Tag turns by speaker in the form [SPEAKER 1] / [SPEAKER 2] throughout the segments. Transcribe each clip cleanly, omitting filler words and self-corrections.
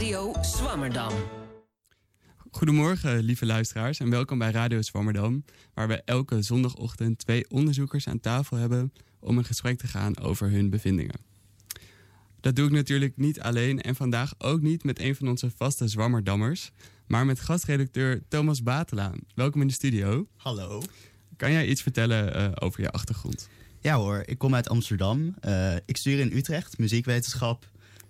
[SPEAKER 1] Radio Zwammerdam.
[SPEAKER 2] Goedemorgen, lieve luisteraars, en welkom bij Radio Zwammerdam, waar we elke zondagochtend 2 onderzoekers aan tafel hebben om in gesprek te gaan over hun bevindingen. Dat doe ik natuurlijk niet alleen en vandaag ook niet met een van onze vaste Zwammerdammers, maar met gastredacteur Thomas Batelaan. Welkom in de studio.
[SPEAKER 3] Hallo.
[SPEAKER 2] Kan jij iets vertellen over je achtergrond?
[SPEAKER 3] Ja hoor, ik kom uit Amsterdam. Ik studeer in Utrecht, muziekwetenschap.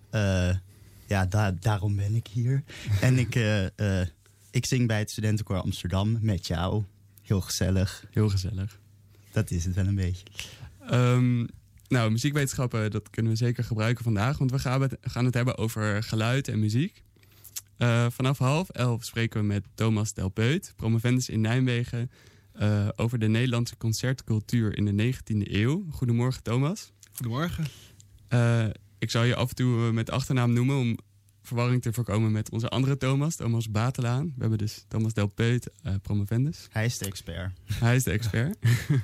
[SPEAKER 3] Daarom ben ik hier. En ik zing bij het Studentenkoor Amsterdam met jou. Heel gezellig.
[SPEAKER 2] Heel gezellig.
[SPEAKER 3] Dat is het wel een beetje.
[SPEAKER 2] Muziekwetenschappen, dat kunnen we zeker gebruiken vandaag. Want we gaan het hebben over geluid en muziek. Vanaf 10:30 spreken we met Thomas Delpeut, promovendus in Nijmegen, over de Nederlandse concertcultuur in de 19e eeuw. Goedemorgen, Thomas.
[SPEAKER 4] Goedemorgen.
[SPEAKER 2] Ik zal je af en toe met achternaam noemen om verwarring te voorkomen met onze andere Thomas Batelaan. We hebben dus Thomas Delpeut, promovendus.
[SPEAKER 3] Hij is de expert.
[SPEAKER 2] Hij is de expert.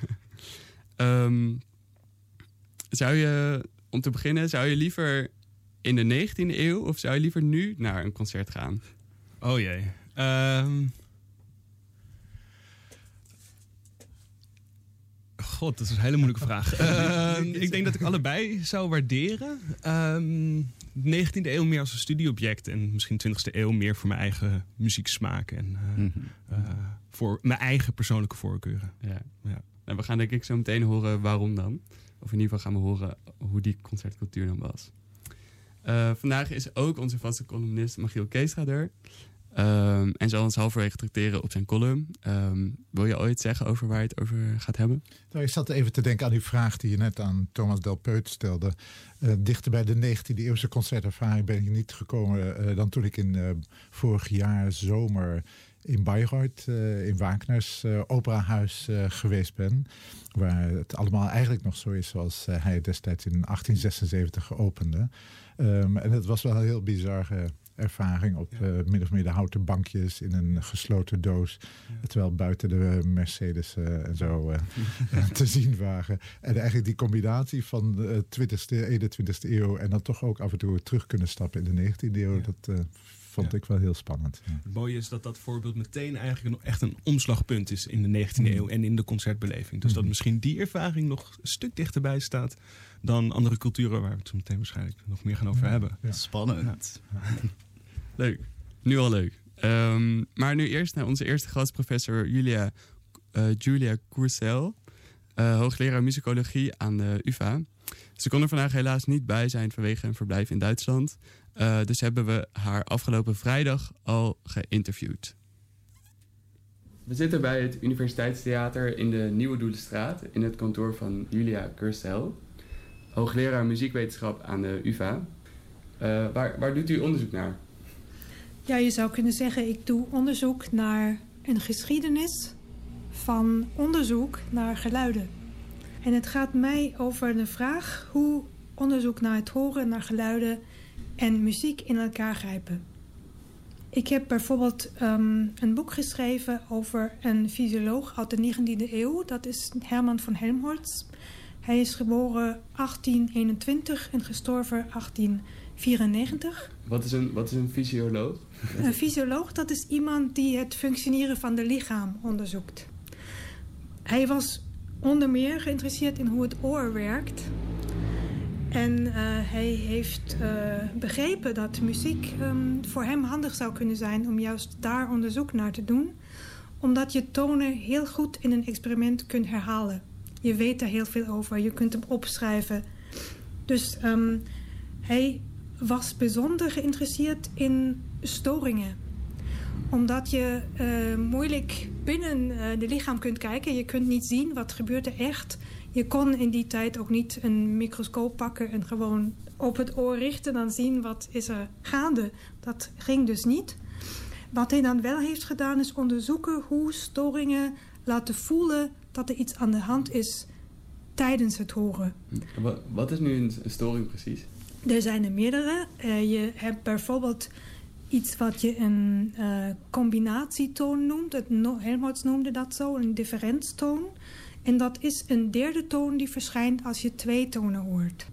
[SPEAKER 2] Om te beginnen, zou je liever in de 19e eeuw of zou je liever nu naar een concert gaan?
[SPEAKER 4] Oh jee. God, dat is een hele moeilijke vraag. Ik denk dat ik allebei zou waarderen. De 19e eeuw meer als een studieobject en misschien 20e eeuw meer voor mijn eigen muzieksmaak en voor mijn eigen persoonlijke voorkeuren.
[SPEAKER 2] Ja. En we gaan denk ik zo meteen horen waarom dan. Of in ieder geval gaan we horen hoe die concertcultuur dan was. Vandaag is ook onze vaste columnist Michiel Keestra er. En zal ons halverwege tracteren op zijn column. Wil je ooit zeggen over waar je het over gaat hebben?
[SPEAKER 5] Nou, ik zat even te denken aan uw vraag die je net aan Thomas Delpeut stelde. Dichter bij de 19e eeuwse concertervaring ben ik niet gekomen dan toen ik in vorig jaar zomer in Bayreuth, in Wagners operahuis geweest ben. Waar het allemaal eigenlijk nog zo is zoals hij destijds in 1876 geopende. En het was wel een heel bizarre ervaring op min of meer de houten bankjes in een gesloten doos. Terwijl buiten de Mercedes en zo te zien waren. En eigenlijk die combinatie van de 21e eeuw en dan toch ook af en toe terug kunnen stappen in de 19e eeuw. Dat vond ik wel heel spannend. Ja.
[SPEAKER 4] Het mooie is dat voorbeeld meteen eigenlijk echt een omslagpunt is in de 19e eeuw en in de concertbeleving. Dus dat misschien die ervaring nog een stuk dichterbij staat dan andere culturen waar we het zo meteen waarschijnlijk nog meer gaan over hebben.
[SPEAKER 3] Ja. Spannend.
[SPEAKER 4] Ja.
[SPEAKER 2] Leuk. Nu al leuk. Maar nu eerst naar onze eerste gast, professor Julia Courcel, hoogleraar musicologie aan de UvA. Ze kon er vandaag helaas niet bij zijn vanwege een verblijf in Duitsland. Dus hebben we haar afgelopen vrijdag al geïnterviewd. We zitten bij het Universiteitstheater in de Nieuwe Doelenstraat in het kantoor van Julia Courcel, hoogleraar muziekwetenschap aan de UvA. Waar doet u onderzoek naar?
[SPEAKER 6] Ja, je zou kunnen zeggen, ik doe onderzoek naar een geschiedenis van onderzoek naar geluiden. En het gaat mij over de vraag hoe onderzoek naar het horen, naar geluiden en muziek in elkaar grijpen. Ik heb bijvoorbeeld een boek geschreven over een fysioloog uit de 19e eeuw. Dat is Hermann von Helmholtz. Hij is geboren 1821 en gestorven 1894.
[SPEAKER 2] Wat is een fysioloog?
[SPEAKER 6] Een fysioloog, dat is iemand die het functioneren van het lichaam onderzoekt. Hij was onder meer geïnteresseerd in hoe het oor werkt. En hij heeft begrepen dat muziek voor hem handig zou kunnen zijn om juist daar onderzoek naar te doen. Omdat je tonen heel goed in een experiment kunt herhalen. Je weet daar heel veel over, je kunt hem opschrijven. Dus hij was bijzonder geïnteresseerd in storingen. Omdat je moeilijk binnen de lichaam kunt kijken. Je kunt niet zien wat gebeurt er echt. Je kon in die tijd ook niet een microscoop pakken en gewoon op het oor richten. Dan zien wat is er gaande. Dat ging dus niet. Wat hij dan wel heeft gedaan is onderzoeken hoe storingen laten voelen dat er iets aan de hand is tijdens het horen.
[SPEAKER 2] Wat is nu een storing precies?
[SPEAKER 6] Er zijn er meerdere. Je hebt bijvoorbeeld iets wat je een combinatietoon noemt. Helmholtz noemde dat zo, een differentstoon. En dat is een derde toon die verschijnt als je 2 tonen hoort.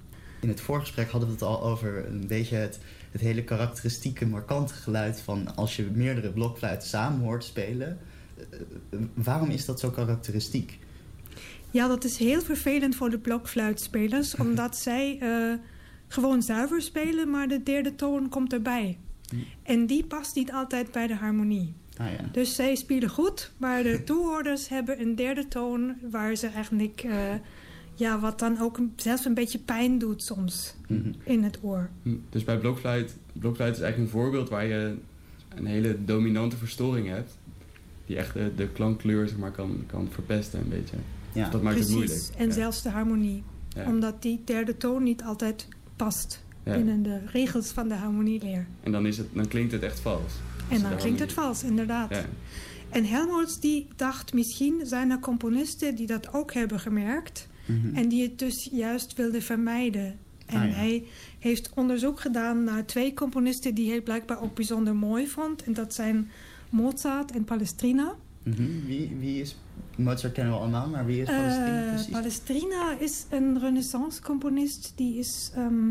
[SPEAKER 3] in het voorgesprek hadden we het al over een beetje het hele karakteristieke, markante geluid van als je meerdere blokfluiten samen hoort spelen. Waarom is dat zo karakteristiek?
[SPEAKER 6] Ja, dat is heel vervelend voor de blokfluitspelers, omdat zij gewoon zuiver spelen, maar de derde toon komt erbij. En die past niet altijd bij de harmonie.
[SPEAKER 3] Ah, ja.
[SPEAKER 6] Dus zij spelen goed, maar de toehoorders hebben een derde toon waar ze eigenlijk, wat dan ook zelfs een beetje pijn doet soms in het oor.
[SPEAKER 2] Dus bij blokfluit is eigenlijk een voorbeeld waar je een hele dominante verstoring hebt, die echt de klankkleur zeg maar, kan verpesten een beetje.
[SPEAKER 3] Ja.
[SPEAKER 2] Dus dat maakt het moeilijk.
[SPEAKER 6] En zelfs de harmonie. Ja. Omdat die derde toon niet altijd past binnen de regels van de harmonieleer.
[SPEAKER 2] En dan klinkt het echt vals.
[SPEAKER 6] En dan klinkt het vals, inderdaad. Ja. En Helmholtz die dacht, misschien zijn er componisten die dat ook hebben gemerkt. En die het dus juist wilden vermijden. En hij heeft onderzoek gedaan naar 2 componisten die hij blijkbaar ook bijzonder mooi vond. En dat zijn Mozart en Palestrina.
[SPEAKER 3] Wie is... Mozart kennen we allemaal, maar wie is Palestrina precies?
[SPEAKER 6] Palestrina is een renaissance-componist. Die is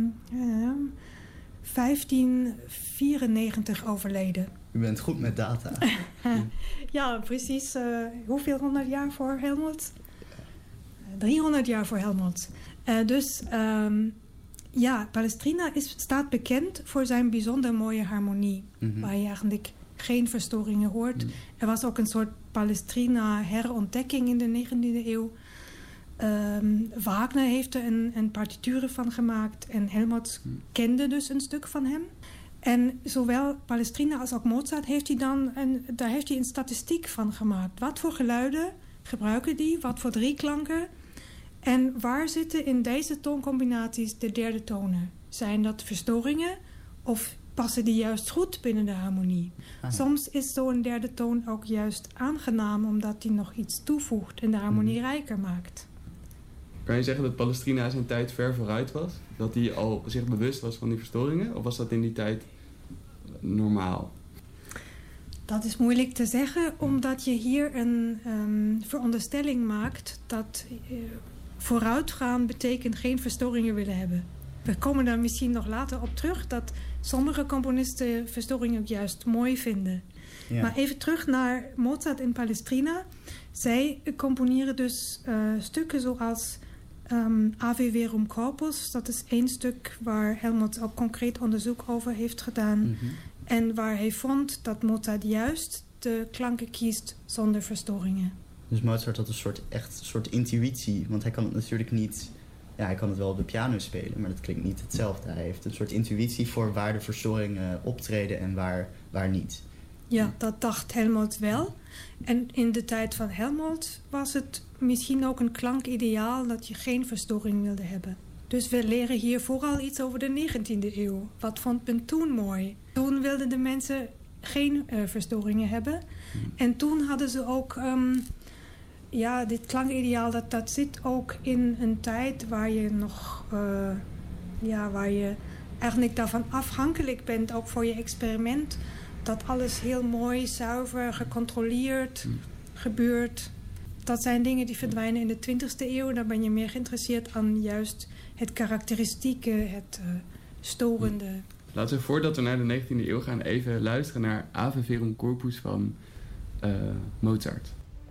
[SPEAKER 6] 1594 overleden.
[SPEAKER 3] U bent goed met data.
[SPEAKER 6] Ja, precies. Hoeveel 100 jaar voor Helmholtz? 300 jaar voor Helmholtz. Palestrina staat bekend voor zijn bijzonder mooie harmonie. Waar je eigenlijk geen verstoringen hoort. Er was ook een soort Palestrina-herontdekking in de 19e eeuw. Wagner heeft er een partituur van gemaakt. En Helmholtz kende dus een stuk van hem. En zowel Palestrina als ook Mozart daar heeft hij een statistiek van gemaakt. Wat voor geluiden gebruiken die? Wat voor drieklanken? En waar zitten in deze tooncombinaties de derde tonen? Zijn dat verstoringen of passen die juist goed binnen de harmonie? Soms is zo'n derde toon ook juist aangenaam omdat die nog iets toevoegt en de harmonie rijker maakt.
[SPEAKER 2] Kan je zeggen dat Palestrina zijn tijd ver vooruit was? Dat hij al zich bewust was van die verstoringen? Of was dat in die tijd normaal?
[SPEAKER 6] Dat is moeilijk te zeggen, omdat je hier een veronderstelling maakt dat vooruitgaan betekent geen verstoringen willen hebben. We komen daar misschien nog later op terug, dat sommige componisten verstoringen ook juist mooi vinden. Ja. Maar even terug naar Mozart en Palestrina. Zij componeren dus stukken zoals Ave Verum Corpus. Dat is 1 stuk waar Helmholtz ook concreet onderzoek over heeft gedaan. En waar hij vond dat Mozart juist de klanken kiest zonder verstoringen.
[SPEAKER 3] Dus Mozart had een soort intuïtie. Want hij kan het natuurlijk niet... Ja, hij kan het wel op de piano spelen, maar dat klinkt niet hetzelfde. Hij heeft een soort intuïtie voor waar de verstoringen optreden en waar niet.
[SPEAKER 6] Ja, dat dacht Helmholtz wel. En in de tijd van Helmholtz was het misschien ook een klankideaal dat je geen verstoring wilde hebben. Dus we leren hier vooral iets over de 19e eeuw. Wat vond men toen mooi? Toen wilden de mensen geen verstoringen hebben. En toen hadden ze ook... dit klankideaal, dat zit ook in een tijd waar je nog... waar je eigenlijk daarvan afhankelijk bent, ook voor je experiment. Dat alles heel mooi, zuiver, gecontroleerd gebeurt. Dat zijn dingen die verdwijnen in de 20e eeuw. Dan ben je meer geïnteresseerd aan juist het karakteristieke, het storende.
[SPEAKER 2] Laten we voordat we naar de 19e eeuw gaan even luisteren naar Ave Verum Corpus van Mozart.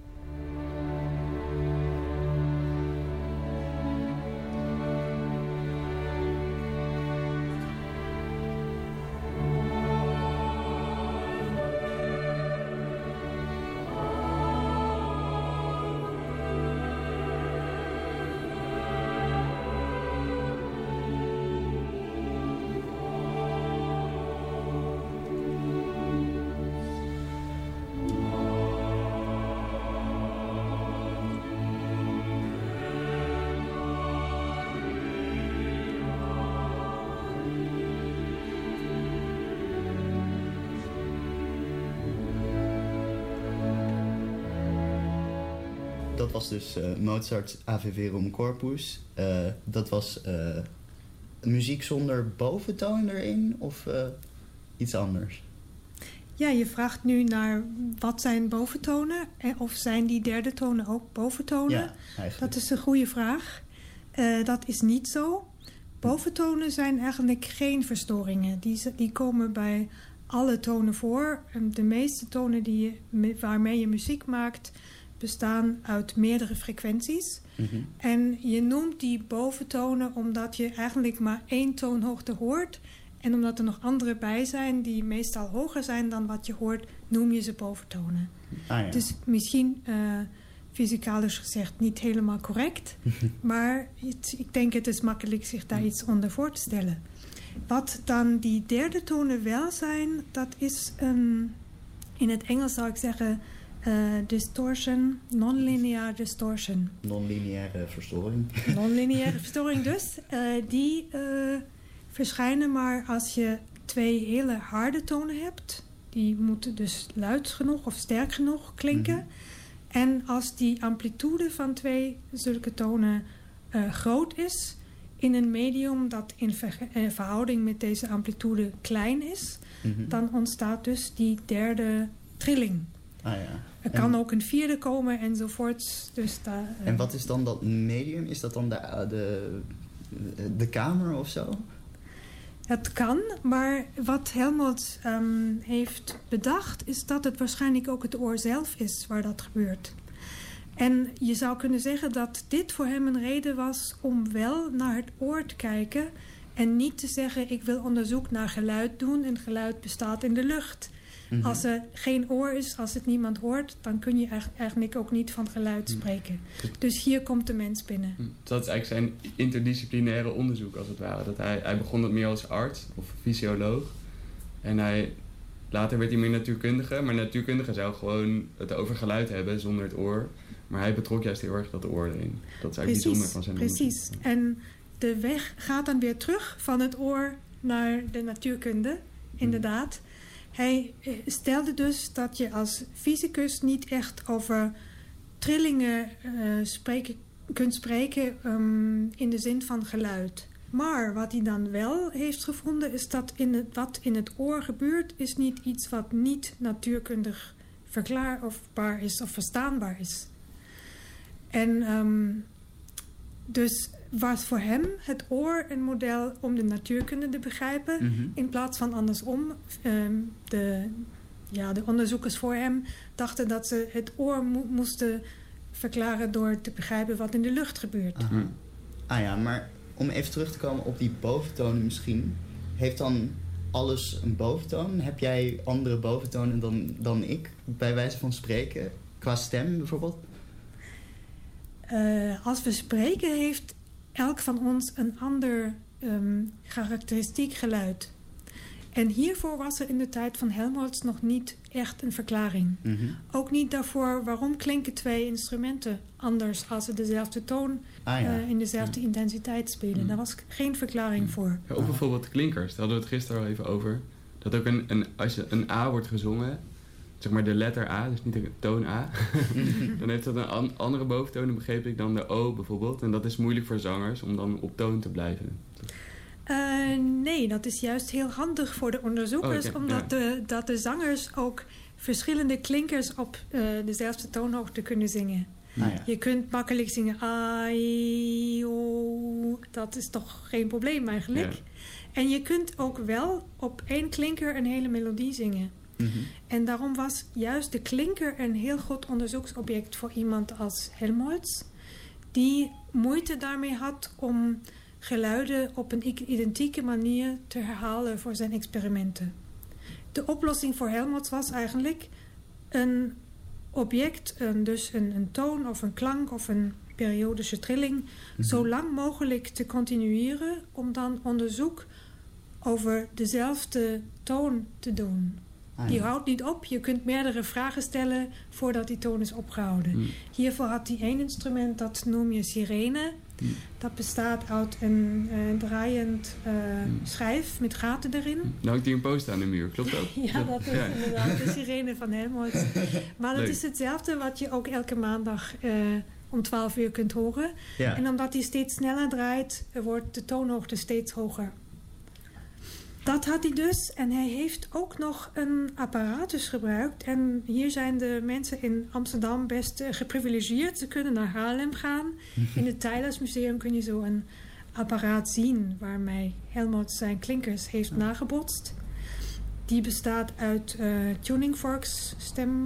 [SPEAKER 3] Dat was dus Mozart Ave Verum Corpus. Dat was muziek zonder boventoon erin of iets anders?
[SPEAKER 6] Ja, je vraagt nu naar wat zijn boventonen? Of zijn die derde tonen ook boventonen?
[SPEAKER 3] Ja, eigenlijk.
[SPEAKER 6] Dat is een goede vraag. Dat is niet zo. Boventonen zijn eigenlijk geen verstoringen. Die komen bij alle tonen voor. En de meeste tonen waarmee je muziek maakt bestaan uit meerdere frequenties.
[SPEAKER 3] Mhm.
[SPEAKER 6] En je noemt die boventonen omdat je eigenlijk maar 1 toonhoogte hoort. En omdat er nog andere bij zijn die meestal hoger zijn dan wat je hoort, noem je ze boventonen.
[SPEAKER 3] Ah, ja.
[SPEAKER 6] Dus misschien fysicalisch gezegd niet helemaal correct. Maar ik denk het is makkelijk zich daar iets onder voor te stellen. Wat dan die derde tonen wel zijn, dat is in het Engels zou ik zeggen distortion, non-linear distortion.
[SPEAKER 3] Non-lineaire verstoring.
[SPEAKER 6] Non-lineaire verstoring dus. Die verschijnen maar als je 2 hele harde tonen hebt. Die moeten dus luid genoeg of sterk genoeg klinken.
[SPEAKER 3] Mhm.
[SPEAKER 6] En als die amplitude van 2 zulke tonen groot is in een medium dat in verhouding met deze amplitude klein is,
[SPEAKER 3] Mhm.
[SPEAKER 6] dan ontstaat dus die derde trilling.
[SPEAKER 3] Ah, ja.
[SPEAKER 6] Er kan ook een 4e komen enzovoorts. Dus
[SPEAKER 3] En wat is dan dat medium? Is dat dan de kamer of zo?
[SPEAKER 6] Het kan, maar wat Helmholtz heeft bedacht is dat het waarschijnlijk ook het oor zelf is waar dat gebeurt. En je zou kunnen zeggen dat dit voor hem een reden was om wel naar het oor te kijken en niet te zeggen ik wil onderzoek naar geluid doen en geluid bestaat in de lucht.
[SPEAKER 3] Mhm.
[SPEAKER 6] Als er geen oor is, als het niemand hoort, dan kun je eigenlijk ook niet van geluid spreken. Dus hier komt de mens binnen.
[SPEAKER 2] Dat is eigenlijk zijn interdisciplinaire onderzoek als het ware. Dat hij begon dat meer als arts of fysioloog. En later werd hij meer natuurkundige. Maar natuurkundige zou gewoon het over geluid hebben zonder het oor. Maar hij betrok juist heel erg dat oor erin. Dat is eigenlijk bijzonder van zijn onderzoek.
[SPEAKER 6] Precies. En de weg gaat dan weer terug van het oor naar de natuurkunde, inderdaad. Hij stelde dus dat je als fysicus niet echt over trillingen kunt spreken in de zin van geluid. Maar wat hij dan wel heeft gevonden is dat wat in het oor gebeurt is niet iets wat niet natuurkundig verklaarbaar is of verstaanbaar is. En dus was voor hem het oor een model om de natuurkunde te begrijpen,
[SPEAKER 3] Mhm.
[SPEAKER 6] in plaats van andersom. De onderzoekers voor hem dachten dat ze het oor moesten verklaren door te begrijpen wat in de lucht gebeurt.
[SPEAKER 3] Aha. Ah ja, maar om even terug te komen op die boventonen misschien. Heeft dan alles een boventoon? Heb jij andere boventonen dan ik, bij wijze van spreken? Qua stem bijvoorbeeld?
[SPEAKER 6] Als we spreken heeft elk van ons een ander karakteristiek geluid. En hiervoor was er in de tijd van Helmholtz nog niet echt een verklaring.
[SPEAKER 3] Mhm.
[SPEAKER 6] Ook niet daarvoor waarom klinken 2 instrumenten anders als ze dezelfde toon in dezelfde intensiteit spelen. Daar was geen verklaring voor.
[SPEAKER 2] Ja, of bijvoorbeeld klinkers, daar hadden we het gisteren al even over. Dat ook als je een A wordt gezongen, zeg maar de letter A, dus niet de toon A, dan heeft dat een andere boventoon, begreep ik, dan de O bijvoorbeeld. En dat is moeilijk voor zangers om dan op toon te blijven.
[SPEAKER 6] Nee, dat is juist heel handig voor de onderzoekers, omdat dat de zangers ook verschillende klinkers op dezelfde toonhoogte kunnen zingen.
[SPEAKER 3] Ah, ja.
[SPEAKER 6] Je kunt makkelijk zingen ai, o, dat is toch geen probleem eigenlijk.
[SPEAKER 2] Ja.
[SPEAKER 6] En je kunt ook wel op 1 klinker een hele melodie zingen.
[SPEAKER 3] Mhm.
[SPEAKER 6] En daarom was juist de klinker een heel goed onderzoeksobject voor iemand als Helmholtz, die moeite daarmee had om geluiden op een identieke manier te herhalen voor zijn experimenten. De oplossing voor Helmholtz was eigenlijk een object, dus een toon of een klank of een periodische trilling, zo lang mogelijk te continueren om dan onderzoek over dezelfde toon te doen.
[SPEAKER 3] Ah,
[SPEAKER 6] Die
[SPEAKER 3] ja.
[SPEAKER 6] houdt niet op. Je kunt meerdere vragen stellen voordat die toon is opgehouden. Hiervoor had hij 1 instrument, dat noem je sirene. Dat bestaat uit een draaiend schijf met gaten erin.
[SPEAKER 2] Nou hangt hier een poster aan de muur, klopt dat?
[SPEAKER 6] Ja, dat is inderdaad de sirene van Helmholtz. Maar dat
[SPEAKER 2] Leuk.
[SPEAKER 6] is hetzelfde wat je ook elke maandag om 12 uur kunt horen.
[SPEAKER 3] Ja.
[SPEAKER 6] En omdat die steeds sneller draait, wordt de toonhoogte steeds hoger. Dat had hij dus. En hij heeft ook nog een apparatus gebruikt. En hier zijn de mensen in Amsterdam best geprivilegeerd. Ze kunnen naar Haarlem gaan. In het Tylers Museum kun je zo een apparaat zien waarmee Helmholtz zijn klinkers heeft nagebotst. Die bestaat uit tuning forks,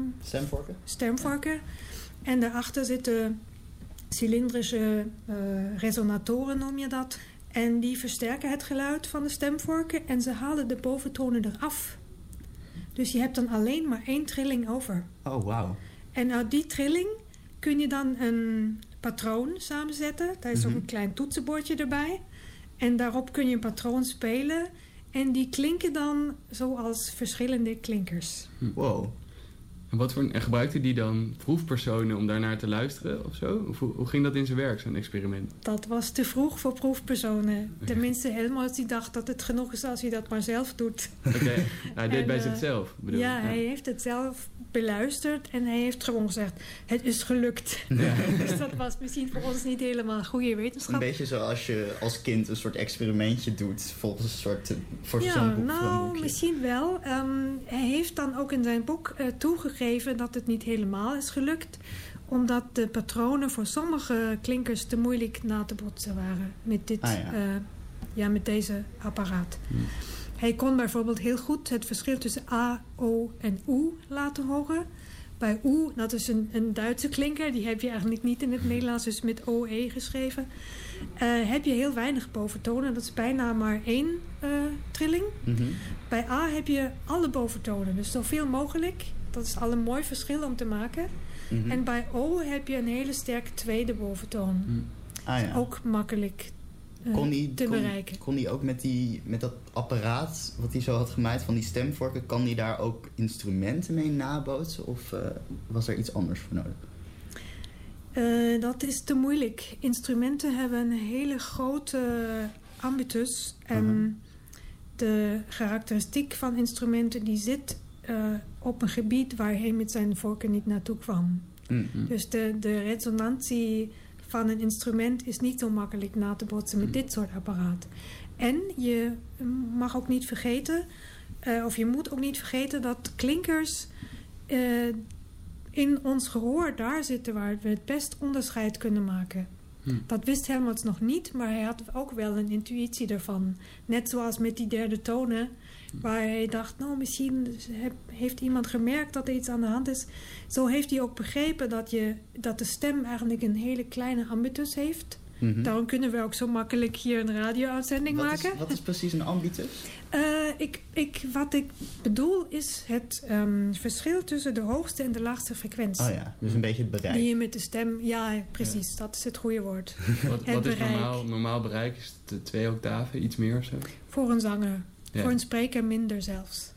[SPEAKER 6] stemvorken. En daarachter zitten cilindrische resonatoren, noem je dat. En die versterken het geluid van de stemvorken en ze halen de boventonen eraf. Dus je hebt dan alleen maar 1 trilling over.
[SPEAKER 3] Oh, wauw.
[SPEAKER 6] En uit die trilling kun je dan een patroon samenzetten. Daar is ook een klein toetsenbordje erbij. En daarop kun je een patroon spelen. En die klinken dan zoals verschillende klinkers.
[SPEAKER 3] Wow.
[SPEAKER 2] En gebruikte die dan proefpersonen om daarnaar te luisteren of zo? Of hoe ging dat in zijn werk, zo'n experiment?
[SPEAKER 6] Dat was te vroeg voor proefpersonen. Tenminste, Helmholtz die dacht dat het genoeg is als hij dat maar zelf doet.
[SPEAKER 2] Oké, hij deed bij zichzelf.
[SPEAKER 6] Hij heeft het zelf beluisterd en hij heeft gewoon gezegd, het is gelukt. Ja. Dus dat was misschien voor ons niet helemaal goede wetenschap.
[SPEAKER 3] Een beetje zoals je als kind een soort experimentje doet volgens een soort voor zo'n boek.
[SPEAKER 6] Nou, misschien wel. Hij heeft dan ook in zijn boek toegegeven dat het niet helemaal is gelukt, omdat de patronen voor sommige klinkers te moeilijk na te botsen waren met dit, met deze apparaat. Hij kon bijvoorbeeld heel goed het verschil tussen A, O en U laten horen. Bij U, dat is een Duitse klinker, die heb je eigenlijk niet in het Nederlands, dus met OE geschreven. Heb je heel weinig boventonen, dat is bijna maar 1 trilling. Bij A heb je alle boventonen, dus zoveel mogelijk. Dat is al een mooi verschil om te maken. En bij O heb je een hele sterke tweede boventoon. Ook makkelijk te bereiken.
[SPEAKER 3] Kon die ook met dat apparaat wat hij zo had gemaakt van die stemvorken, kan die daar ook instrumenten mee nabootsen? Of was er iets anders voor nodig?
[SPEAKER 6] Dat is te moeilijk. Instrumenten hebben een hele grote ambitus. En de karakteristiek van instrumenten die zit op een gebied waar hij met zijn vorken niet naartoe kwam. Dus de resonantie van een instrument is niet zo makkelijk na te botsen met dit soort apparaat. En je mag ook niet vergeten, of je moet ook niet vergeten dat klinkers in ons gehoor daar zitten waar we het best onderscheid kunnen maken. Dat wist Helmholtz nog niet, maar hij had ook wel een intuïtie ervan. Net zoals met die derde tonen, waar hij dacht, nou misschien heeft iemand gemerkt dat er iets aan de hand is. Zo heeft hij ook begrepen dat de stem eigenlijk een hele kleine ambitus heeft. Daarom kunnen we ook zo makkelijk hier een radio-uitzending maken.
[SPEAKER 3] Wat is precies een ambitus?
[SPEAKER 6] Wat ik bedoel is het verschil tussen de hoogste en de laagste frequentie.
[SPEAKER 3] Oh ja, dus een beetje het bereik.
[SPEAKER 6] Die je met de stem, ja precies, dat is het goede woord.
[SPEAKER 2] Wat is normaal bereik? Is het 2 octaven, iets meer of zo?
[SPEAKER 6] Voor een zanger. Ja. Voor een spreker minder zelfs.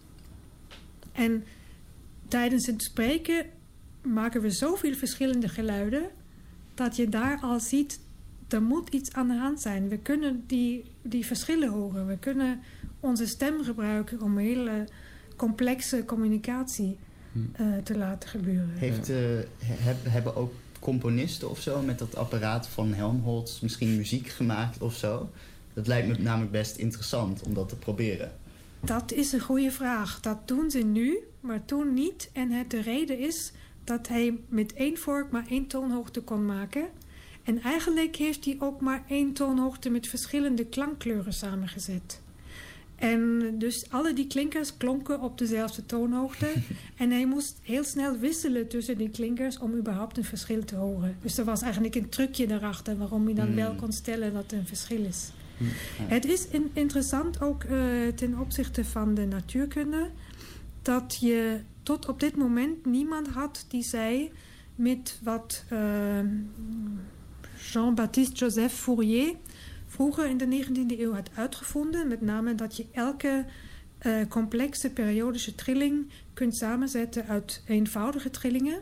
[SPEAKER 6] En tijdens het spreken maken we zoveel verschillende geluiden dat je daar al ziet, er moet iets aan de hand zijn. We kunnen die verschillen horen. We kunnen onze stem gebruiken om hele complexe communicatie te laten gebeuren.
[SPEAKER 3] Hebben ook componisten of zo met dat apparaat van Helmholtz misschien muziek gemaakt of zo? Dat lijkt me namelijk best interessant om dat te proberen.
[SPEAKER 6] Dat is een goede vraag. Dat doen ze nu, maar toen niet. En de reden is dat hij met 1 vork maar 1 toonhoogte kon maken. En eigenlijk heeft hij ook maar 1 toonhoogte met verschillende klankkleuren samengezet. En dus alle die klinkers klonken op dezelfde toonhoogte. En hij moest heel snel wisselen tussen die klinkers om überhaupt een verschil te horen. Dus er was eigenlijk een trucje daarachter waarom hij dan wel kon stellen dat er een verschil is. Het is interessant ook ten opzichte van de natuurkunde dat je tot op dit moment niemand had die zei met wat Jean-Baptiste Joseph Fourier vroeger in de 19e eeuw had uitgevonden. Met name dat je elke complexe periodische trilling kunt samenzetten uit eenvoudige trillingen.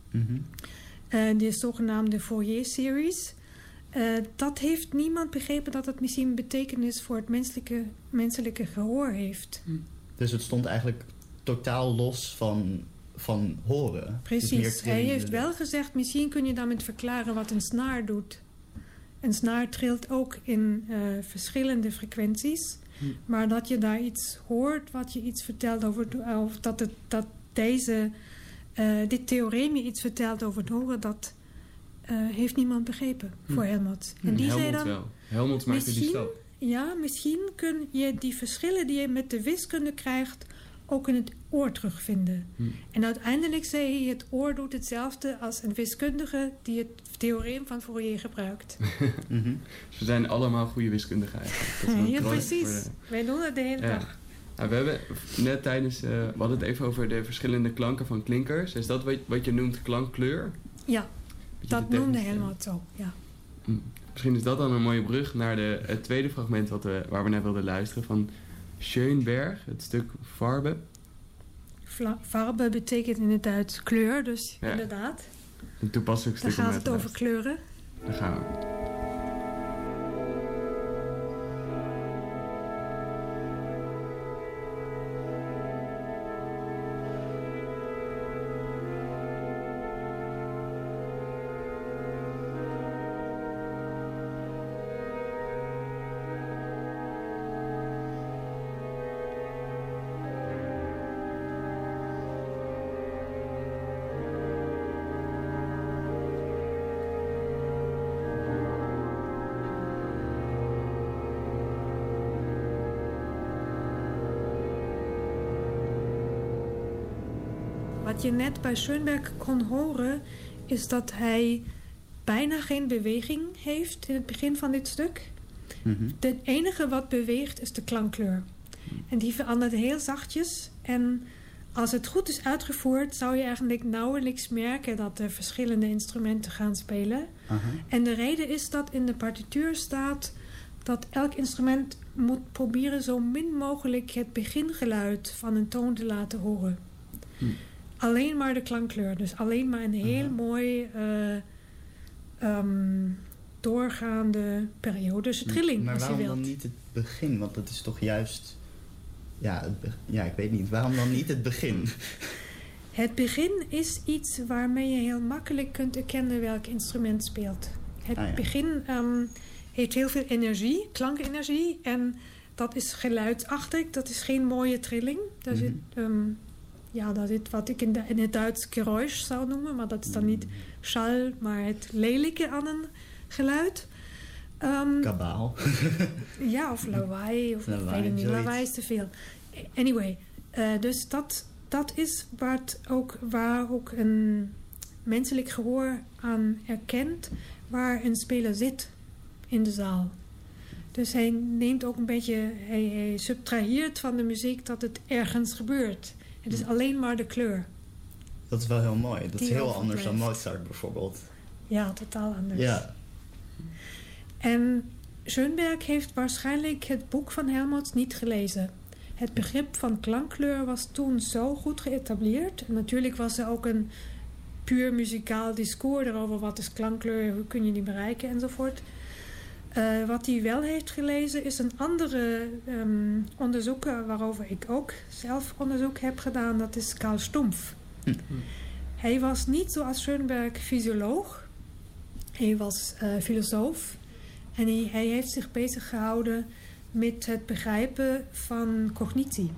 [SPEAKER 6] De zogenaamde Fourier-series. Dat heeft niemand begrepen dat het misschien een betekenis voor het menselijke gehoor heeft.
[SPEAKER 3] Dus het stond eigenlijk totaal los van horen.
[SPEAKER 6] Precies. Hij heeft wel gezegd, misschien kun je daarmee verklaren wat een snaar doet. Een snaar trilt ook in verschillende frequenties. Maar dat je daar iets hoort wat je iets vertelt over... Of dit theorem je iets vertelt over het horen, heeft niemand begrepen voor Helmut. En die zei
[SPEAKER 2] Helmut
[SPEAKER 6] dan,
[SPEAKER 2] wel. Helmut maakte die stap.
[SPEAKER 6] ja, misschien kun je die verschillen die je met de wiskunde krijgt ook in het oor terugvinden. En uiteindelijk zei hij, het oor doet hetzelfde als een wiskundige die het theorem van Fourier gebruikt.
[SPEAKER 2] Dus we zijn allemaal goede wiskundigen eigenlijk. Dat is wel
[SPEAKER 6] Ja,
[SPEAKER 2] een
[SPEAKER 6] precies. Wij doen het de hele dag.
[SPEAKER 2] Nou, we hebben net we hadden het even over de verschillende klanken van klinkers. Is dat wat je noemt klankkleur?
[SPEAKER 6] Ja,
[SPEAKER 2] Beetje
[SPEAKER 6] dat
[SPEAKER 2] de
[SPEAKER 6] noemde
[SPEAKER 2] technische-
[SPEAKER 6] Helmut zo, ja.
[SPEAKER 2] Misschien is dat dan een mooie brug naar het tweede fragment waar we naar wilden luisteren. Van Schönberg, het stuk Farbe.
[SPEAKER 6] Farbe betekent in het Duits kleur, dus
[SPEAKER 2] Ja.
[SPEAKER 6] inderdaad.
[SPEAKER 2] Een toepasselijk
[SPEAKER 6] Daar
[SPEAKER 2] stuk om
[SPEAKER 6] gaat
[SPEAKER 2] naar
[SPEAKER 6] het
[SPEAKER 2] te
[SPEAKER 6] over kleuren.
[SPEAKER 2] luisteren. Daar gaan we.
[SPEAKER 6] Wat je net bij Schönberg kon horen, is dat hij bijna geen beweging heeft in het begin van dit stuk. Het enige wat beweegt is de klankkleur. En die verandert heel zachtjes. En als het goed is uitgevoerd, zou je eigenlijk nauwelijks merken dat er verschillende instrumenten gaan spelen. En de reden is dat in de partituur staat dat elk instrument moet proberen zo min mogelijk het begingeluid van een toon te laten horen. Alleen maar de klankkleur. Dus alleen maar een heel mooi doorgaande periodische trilling,
[SPEAKER 3] Maar
[SPEAKER 6] als je
[SPEAKER 3] waarom
[SPEAKER 6] wilt.
[SPEAKER 3] dan niet het begin? Want dat is toch juist... Ja, ik weet niet. Waarom dan niet het begin?
[SPEAKER 6] Het begin is iets waarmee je heel makkelijk kunt erkennen welk instrument speelt. Het begin heeft heel veel energie, klankenergie. En dat is geluidsachtig. Dat is geen mooie trilling. Daar zit... dat is wat ik in het Duits Geräusch zou noemen. Maar dat is dan niet schall, maar het lelijke aan een geluid.
[SPEAKER 3] Kabaal.
[SPEAKER 6] Ja, of lawaai. Of
[SPEAKER 3] Lawaai,
[SPEAKER 6] weet ik niet.
[SPEAKER 3] zoiets.
[SPEAKER 6] Lawaai is te veel. Anyway, dus dat is waar ook een menselijk gehoor aan erkent waar een speler zit in de zaal. Dus hij neemt ook een beetje, hij subtraheert van de muziek dat het ergens gebeurt. Het is alleen maar de kleur.
[SPEAKER 3] Dat is wel heel mooi. Dat is
[SPEAKER 6] Die
[SPEAKER 3] heel anders dan
[SPEAKER 6] overdrijft.
[SPEAKER 3] Mozart bijvoorbeeld.
[SPEAKER 6] Ja, totaal anders.
[SPEAKER 3] Ja.
[SPEAKER 6] En Schönberg heeft waarschijnlijk het boek van Helmut niet gelezen. Het begrip van klankkleur was toen zo goed geëtableerd. En natuurlijk was er ook een puur muzikaal discours erover. Wat is klankkleur, hoe kun je die bereiken enzovoort. Wat hij wel heeft gelezen is een andere onderzoeker waarover ik ook zelf onderzoek heb gedaan. Dat is Carl Stumpf. Hij was niet zoals Schönberg fysioloog. Hij was filosoof. En hij heeft zich bezig gehouden met het begrijpen van cognitie.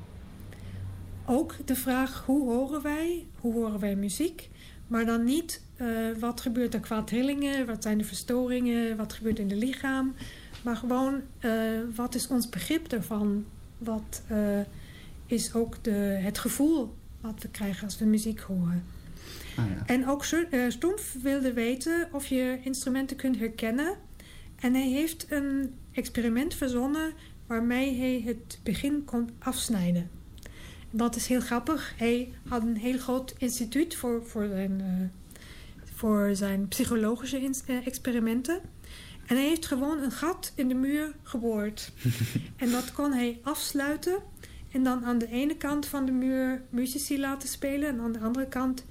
[SPEAKER 6] Ook de vraag hoe horen wij muziek, maar dan niet wat gebeurt er qua trillingen, wat zijn de verstoringen, wat gebeurt in het lichaam, maar gewoon wat is ons begrip ervan, wat is ook het gevoel wat we krijgen als we muziek horen. En ook Stumpf wilde weten of je instrumenten kunt herkennen. En hij heeft een experiment verzonnen waarmee hij het begin kon afsnijden. Dat is heel grappig. Hij had een heel groot instituut voor zijn psychologische experimenten. En hij heeft gewoon een gat in de muur geboord. En dat kon hij afsluiten. En dan aan de ene kant van de muur muzici laten spelen. En aan de andere kant...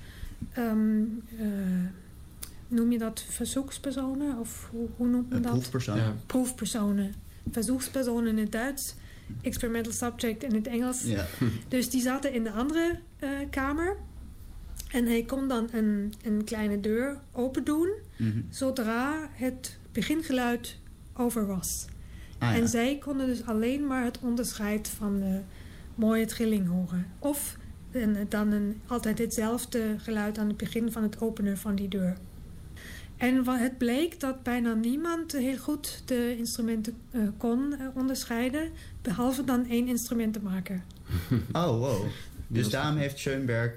[SPEAKER 6] noem je dat verzoekspersonen? Of hoe noemt men dat?
[SPEAKER 3] Proefpersonen.
[SPEAKER 2] Ja.
[SPEAKER 6] Proefpersonen. Verzoekspersonen in het Duits. Experimental subject in het Engels.
[SPEAKER 3] Ja.
[SPEAKER 6] Dus die zaten in de andere kamer. En hij kon dan een kleine deur open doen. Zodra het begingeluid over was. En zij konden dus alleen maar het onderscheid van de mooie trilling horen. Of dan altijd hetzelfde geluid aan het begin van het openen van die deur. En het bleek dat bijna niemand heel goed de instrumenten kon onderscheiden, behalve dan 1 instrumentenmaker.
[SPEAKER 3] Oh, wow. Dus daarom heeft Schoenberg...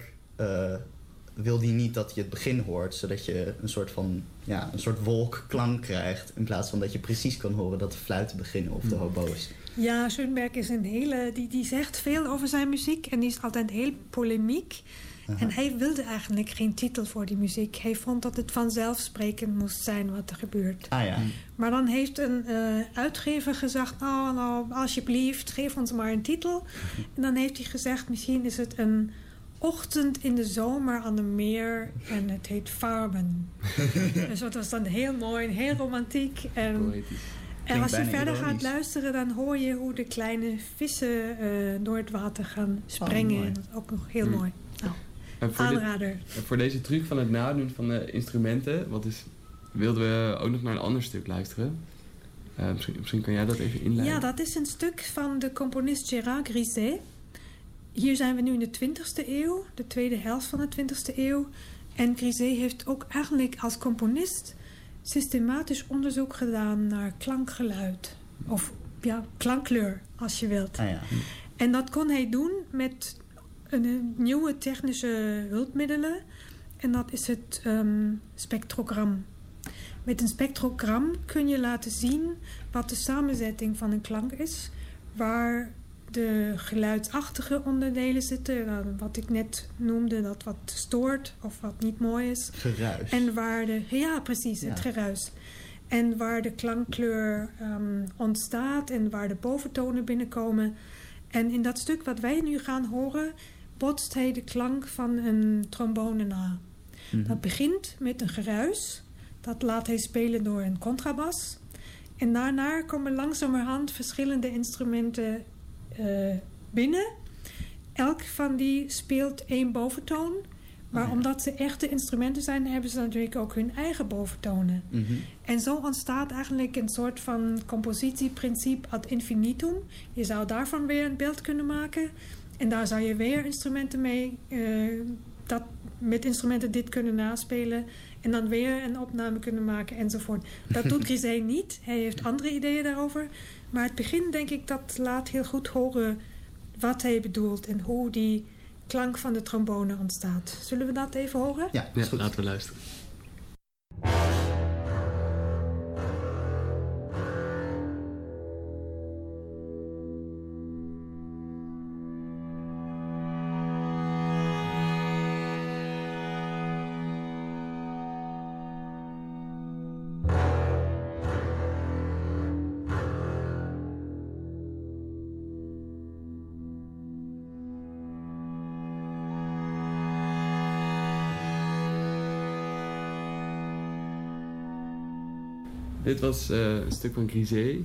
[SPEAKER 3] wil hij niet dat je het begin hoort, zodat je een soort wolkklank krijgt, in plaats van dat je precies kan horen dat de fluiten beginnen of de hobo's.
[SPEAKER 6] Ja, Schoenberg is een hele... Die zegt veel over zijn muziek en die is altijd heel polemiek. Aha. En hij wilde eigenlijk geen titel voor die muziek. Hij vond dat het vanzelfsprekend moest zijn wat er gebeurt.
[SPEAKER 3] Ah ja.
[SPEAKER 6] Maar dan heeft een uitgever gezegd... nou, alsjeblieft, geef ons maar een titel. En dan heeft hij gezegd, misschien is het een ochtend in de zomer aan de meer... en het heet Farben. Dus dat was dan heel mooi en heel romantiek. En als je verder gaat luisteren, dan hoor je hoe de kleine vissen door het water gaan springen. Dat is ook nog heel mooi. Nou, aanrader.
[SPEAKER 2] Voor deze truc van het nadoen van de instrumenten, wilden we ook nog naar een ander stuk luisteren. Misschien kan jij dat even inleiden.
[SPEAKER 6] Ja, dat is een stuk van de componist Gérard Griset. Hier zijn we nu in de 20e eeuw, de tweede helft van de 20e eeuw. En Griset heeft ook eigenlijk als componist systematisch onderzoek gedaan naar klankgeluid. Of ja, klankkleur, als je wilt.
[SPEAKER 3] Ah, ja.
[SPEAKER 6] En dat kon hij doen met nieuwe technische hulpmiddelen. En dat is het spectrogram. Met een spectrogram kun je laten zien wat de samenzetting van een klank is. Waar de geluidsachtige onderdelen zitten. Wat ik net noemde, dat wat stoort of wat niet mooi is.
[SPEAKER 3] Geruis.
[SPEAKER 6] En waar het geruis. En waar de klankkleur ontstaat en waar de boventonen binnenkomen. En in dat stuk wat wij nu gaan horen, botst hij de klank van een trombone na. Mm-hmm. Dat begint met een geruis. Dat laat hij spelen door een contrabas. En daarna komen langzamerhand verschillende instrumenten binnen. Elk van die speelt 1 boventoon. Maar omdat ze echte instrumenten zijn, hebben ze natuurlijk ook hun eigen boventonen. Mm-hmm. En zo ontstaat eigenlijk een soort van compositieprincipe ad infinitum. Je zou daarvan weer een beeld kunnen maken. En daar zou je weer instrumenten mee... met instrumenten dit kunnen naspelen. En dan weer een opname kunnen maken enzovoort. Dat doet Griset niet. Hij heeft andere ideeën daarover. Maar het begin, denk ik, dat laat heel goed horen wat hij bedoelt. En hoe die klank van de trombone ontstaat. Zullen we dat even horen?
[SPEAKER 3] Ja, is goed.
[SPEAKER 2] Laten we luisteren. Dit was een stuk van Griset.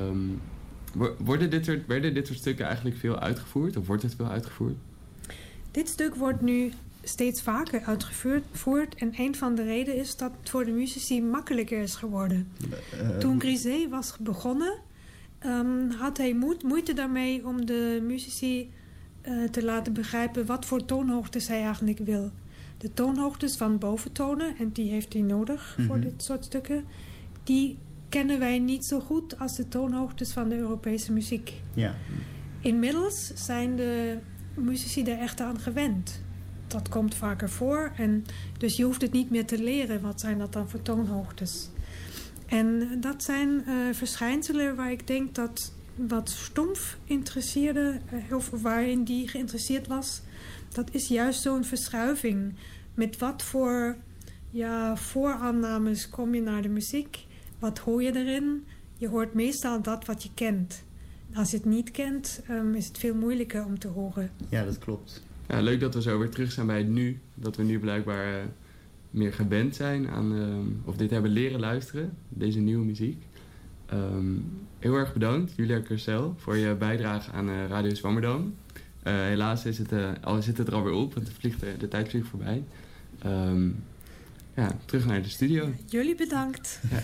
[SPEAKER 2] Werden dit soort stukken eigenlijk veel uitgevoerd? Of wordt het veel uitgevoerd?
[SPEAKER 6] Dit stuk wordt nu steeds vaker uitgevoerd. En een van de redenen is dat het voor de muzici makkelijker is geworden. Toen Griset was begonnen, had hij moeite daarmee om de muzici te laten begrijpen wat voor toonhoogtes hij eigenlijk wil. De toonhoogtes van boventonen, en die heeft hij nodig voor dit soort stukken, die kennen wij niet zo goed als de toonhoogtes van de Europese muziek.
[SPEAKER 3] Ja.
[SPEAKER 6] Inmiddels zijn de muzici er echt aan gewend. Dat komt vaker voor. En dus je hoeft het niet meer te leren. Wat zijn dat dan voor toonhoogtes? En dat zijn verschijnselen waar ik denk dat wat Stumpf interesseerde, of waarin die geïnteresseerd was, dat is juist zo'n verschuiving. Met wat voor vooraannames kom je naar de muziek? Wat hoor je erin? Je hoort meestal dat wat je kent. Als je het niet kent, is het veel moeilijker om te horen.
[SPEAKER 3] Ja, dat klopt.
[SPEAKER 2] Ja, leuk dat we zo weer terug zijn bij het nu. Dat we nu blijkbaar meer gewend zijn aan, of dit hebben leren luisteren. Deze nieuwe muziek. Heel erg bedankt, Julia Curcel, voor je bijdrage aan Radio Zwammerdam. Helaas zit het er alweer op, want de tijd vliegt voorbij. Terug naar de studio.
[SPEAKER 6] Jullie bedankt.
[SPEAKER 2] Ja.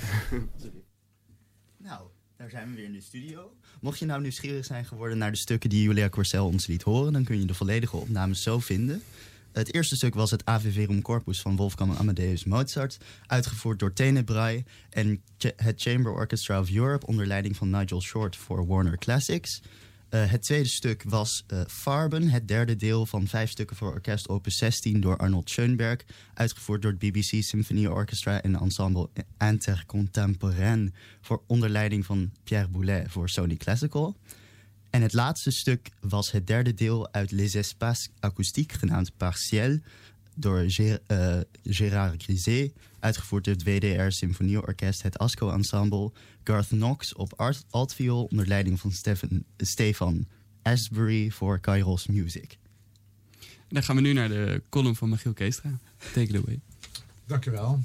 [SPEAKER 3] Nou, daar zijn we weer in de studio. Mocht je nou nieuwsgierig zijn geworden naar de stukken die Julia Curcel ons liet horen, dan kun je de volledige opnames zo vinden. Het eerste stuk was het Ave Verum Corpus van Wolfgang Amadeus Mozart, uitgevoerd door Tenebrae en het Chamber Orchestra of Europe onder leiding van Nigel Short voor Warner Classics. Het tweede stuk was Farben, het derde deel van 5 stukken voor orkest opus 16 door Arnold Schoenberg, uitgevoerd door het BBC Symphony Orchestra en Ensemble Intercontemporain voor onder leiding van Pierre Boulez voor Sony Classical. En het laatste stuk was het derde deel uit Les Espaces Acoustiques, genaamd Partiel, door Gérard Griset, uitgevoerd door het WDR Symfonieorkest, het ASCO Ensemble, Garth Knox op altviool onder leiding van Stefan Asbury voor Kairos Music.
[SPEAKER 2] Dan gaan we nu naar de column van Michiel Keestra. Take it away.
[SPEAKER 5] Dankjewel.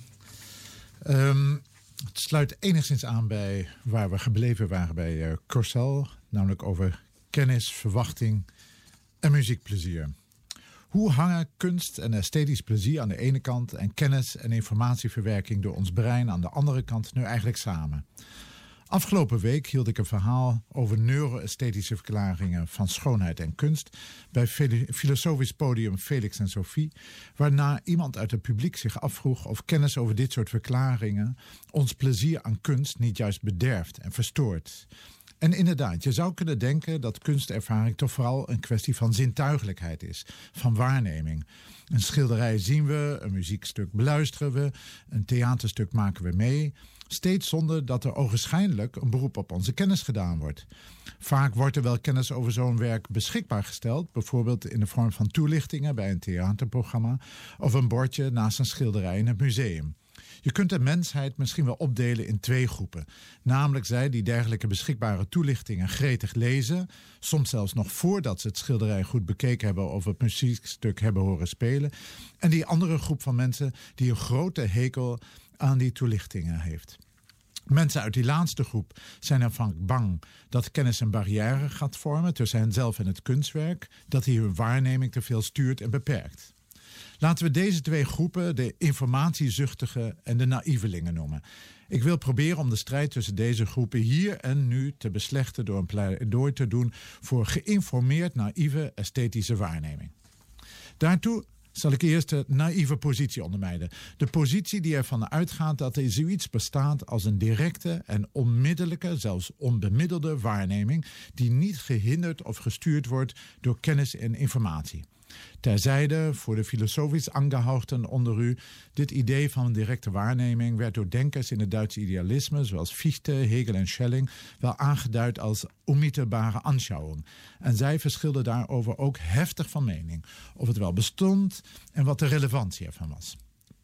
[SPEAKER 5] Het sluit enigszins aan bij waar we gebleven waren bij Courcelles, namelijk over kennis, verwachting en muziekplezier. Hoe hangen kunst en esthetisch plezier aan de ene kant en kennis en informatieverwerking door ons brein aan de andere kant nu eigenlijk samen? Afgelopen week hield ik een verhaal over neuro-esthetische verklaringen van schoonheid en kunst bij Filosofisch Podium Felix en Sophie, waarna iemand uit het publiek zich afvroeg of kennis over dit soort verklaringen ons plezier aan kunst niet juist bederft en verstoort. En inderdaad, je zou kunnen denken dat kunstervaring toch vooral een kwestie van zintuigelijkheid is, van waarneming. Een schilderij zien we, een muziekstuk beluisteren we, een theaterstuk maken we mee, steeds zonder dat er ogenschijnlijk een beroep op onze kennis gedaan wordt. Vaak wordt er wel kennis over zo'n werk beschikbaar gesteld, bijvoorbeeld in de vorm van toelichtingen bij een theaterprogramma of een bordje naast een schilderij in het museum. Je kunt de mensheid misschien wel opdelen in 2 groepen. Namelijk zij die dergelijke beschikbare toelichtingen gretig lezen, soms zelfs nog voordat ze het schilderij goed bekeken hebben of het muziekstuk hebben horen spelen. En die andere groep van mensen die een grote hekel aan die toelichtingen heeft. Mensen uit die laatste groep zijn ervan bang dat kennis een barrière gaat vormen tussen henzelf en het kunstwerk, dat die hun waarneming te veel stuurt en beperkt. Laten we deze 2 groepen de informatiezuchtigen en de naïvelingen noemen. Ik wil proberen om de strijd tussen deze groepen hier en nu te beslechten door een pleidooi te doen voor geïnformeerd naïeve esthetische waarneming. Daartoe zal ik eerst de naïeve positie ondermijden. De positie die ervan uitgaat dat er zoiets bestaat als een directe en onmiddellijke, zelfs onbemiddelde waarneming die niet gehinderd of gestuurd wordt door kennis en informatie. Terzijde, voor de filosofisch angehauchten onder u, dit idee van een directe waarneming werd door denkers in het Duitse idealisme, zoals Fichte, Hegel en Schelling, wel aangeduid als onmittelbare Anschauung. En zij verschilden daarover ook heftig van mening, of het wel bestond en wat de relevantie ervan was.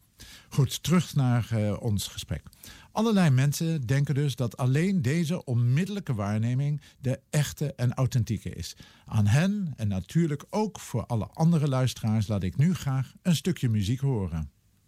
[SPEAKER 5] Goed, terug naar ons gesprek. Allerlei mensen denken dus dat alleen deze onmiddellijke waarneming de echte en authentieke is. Aan hen en natuurlijk ook voor alle andere luisteraars laat ik nu graag een stukje muziek horen.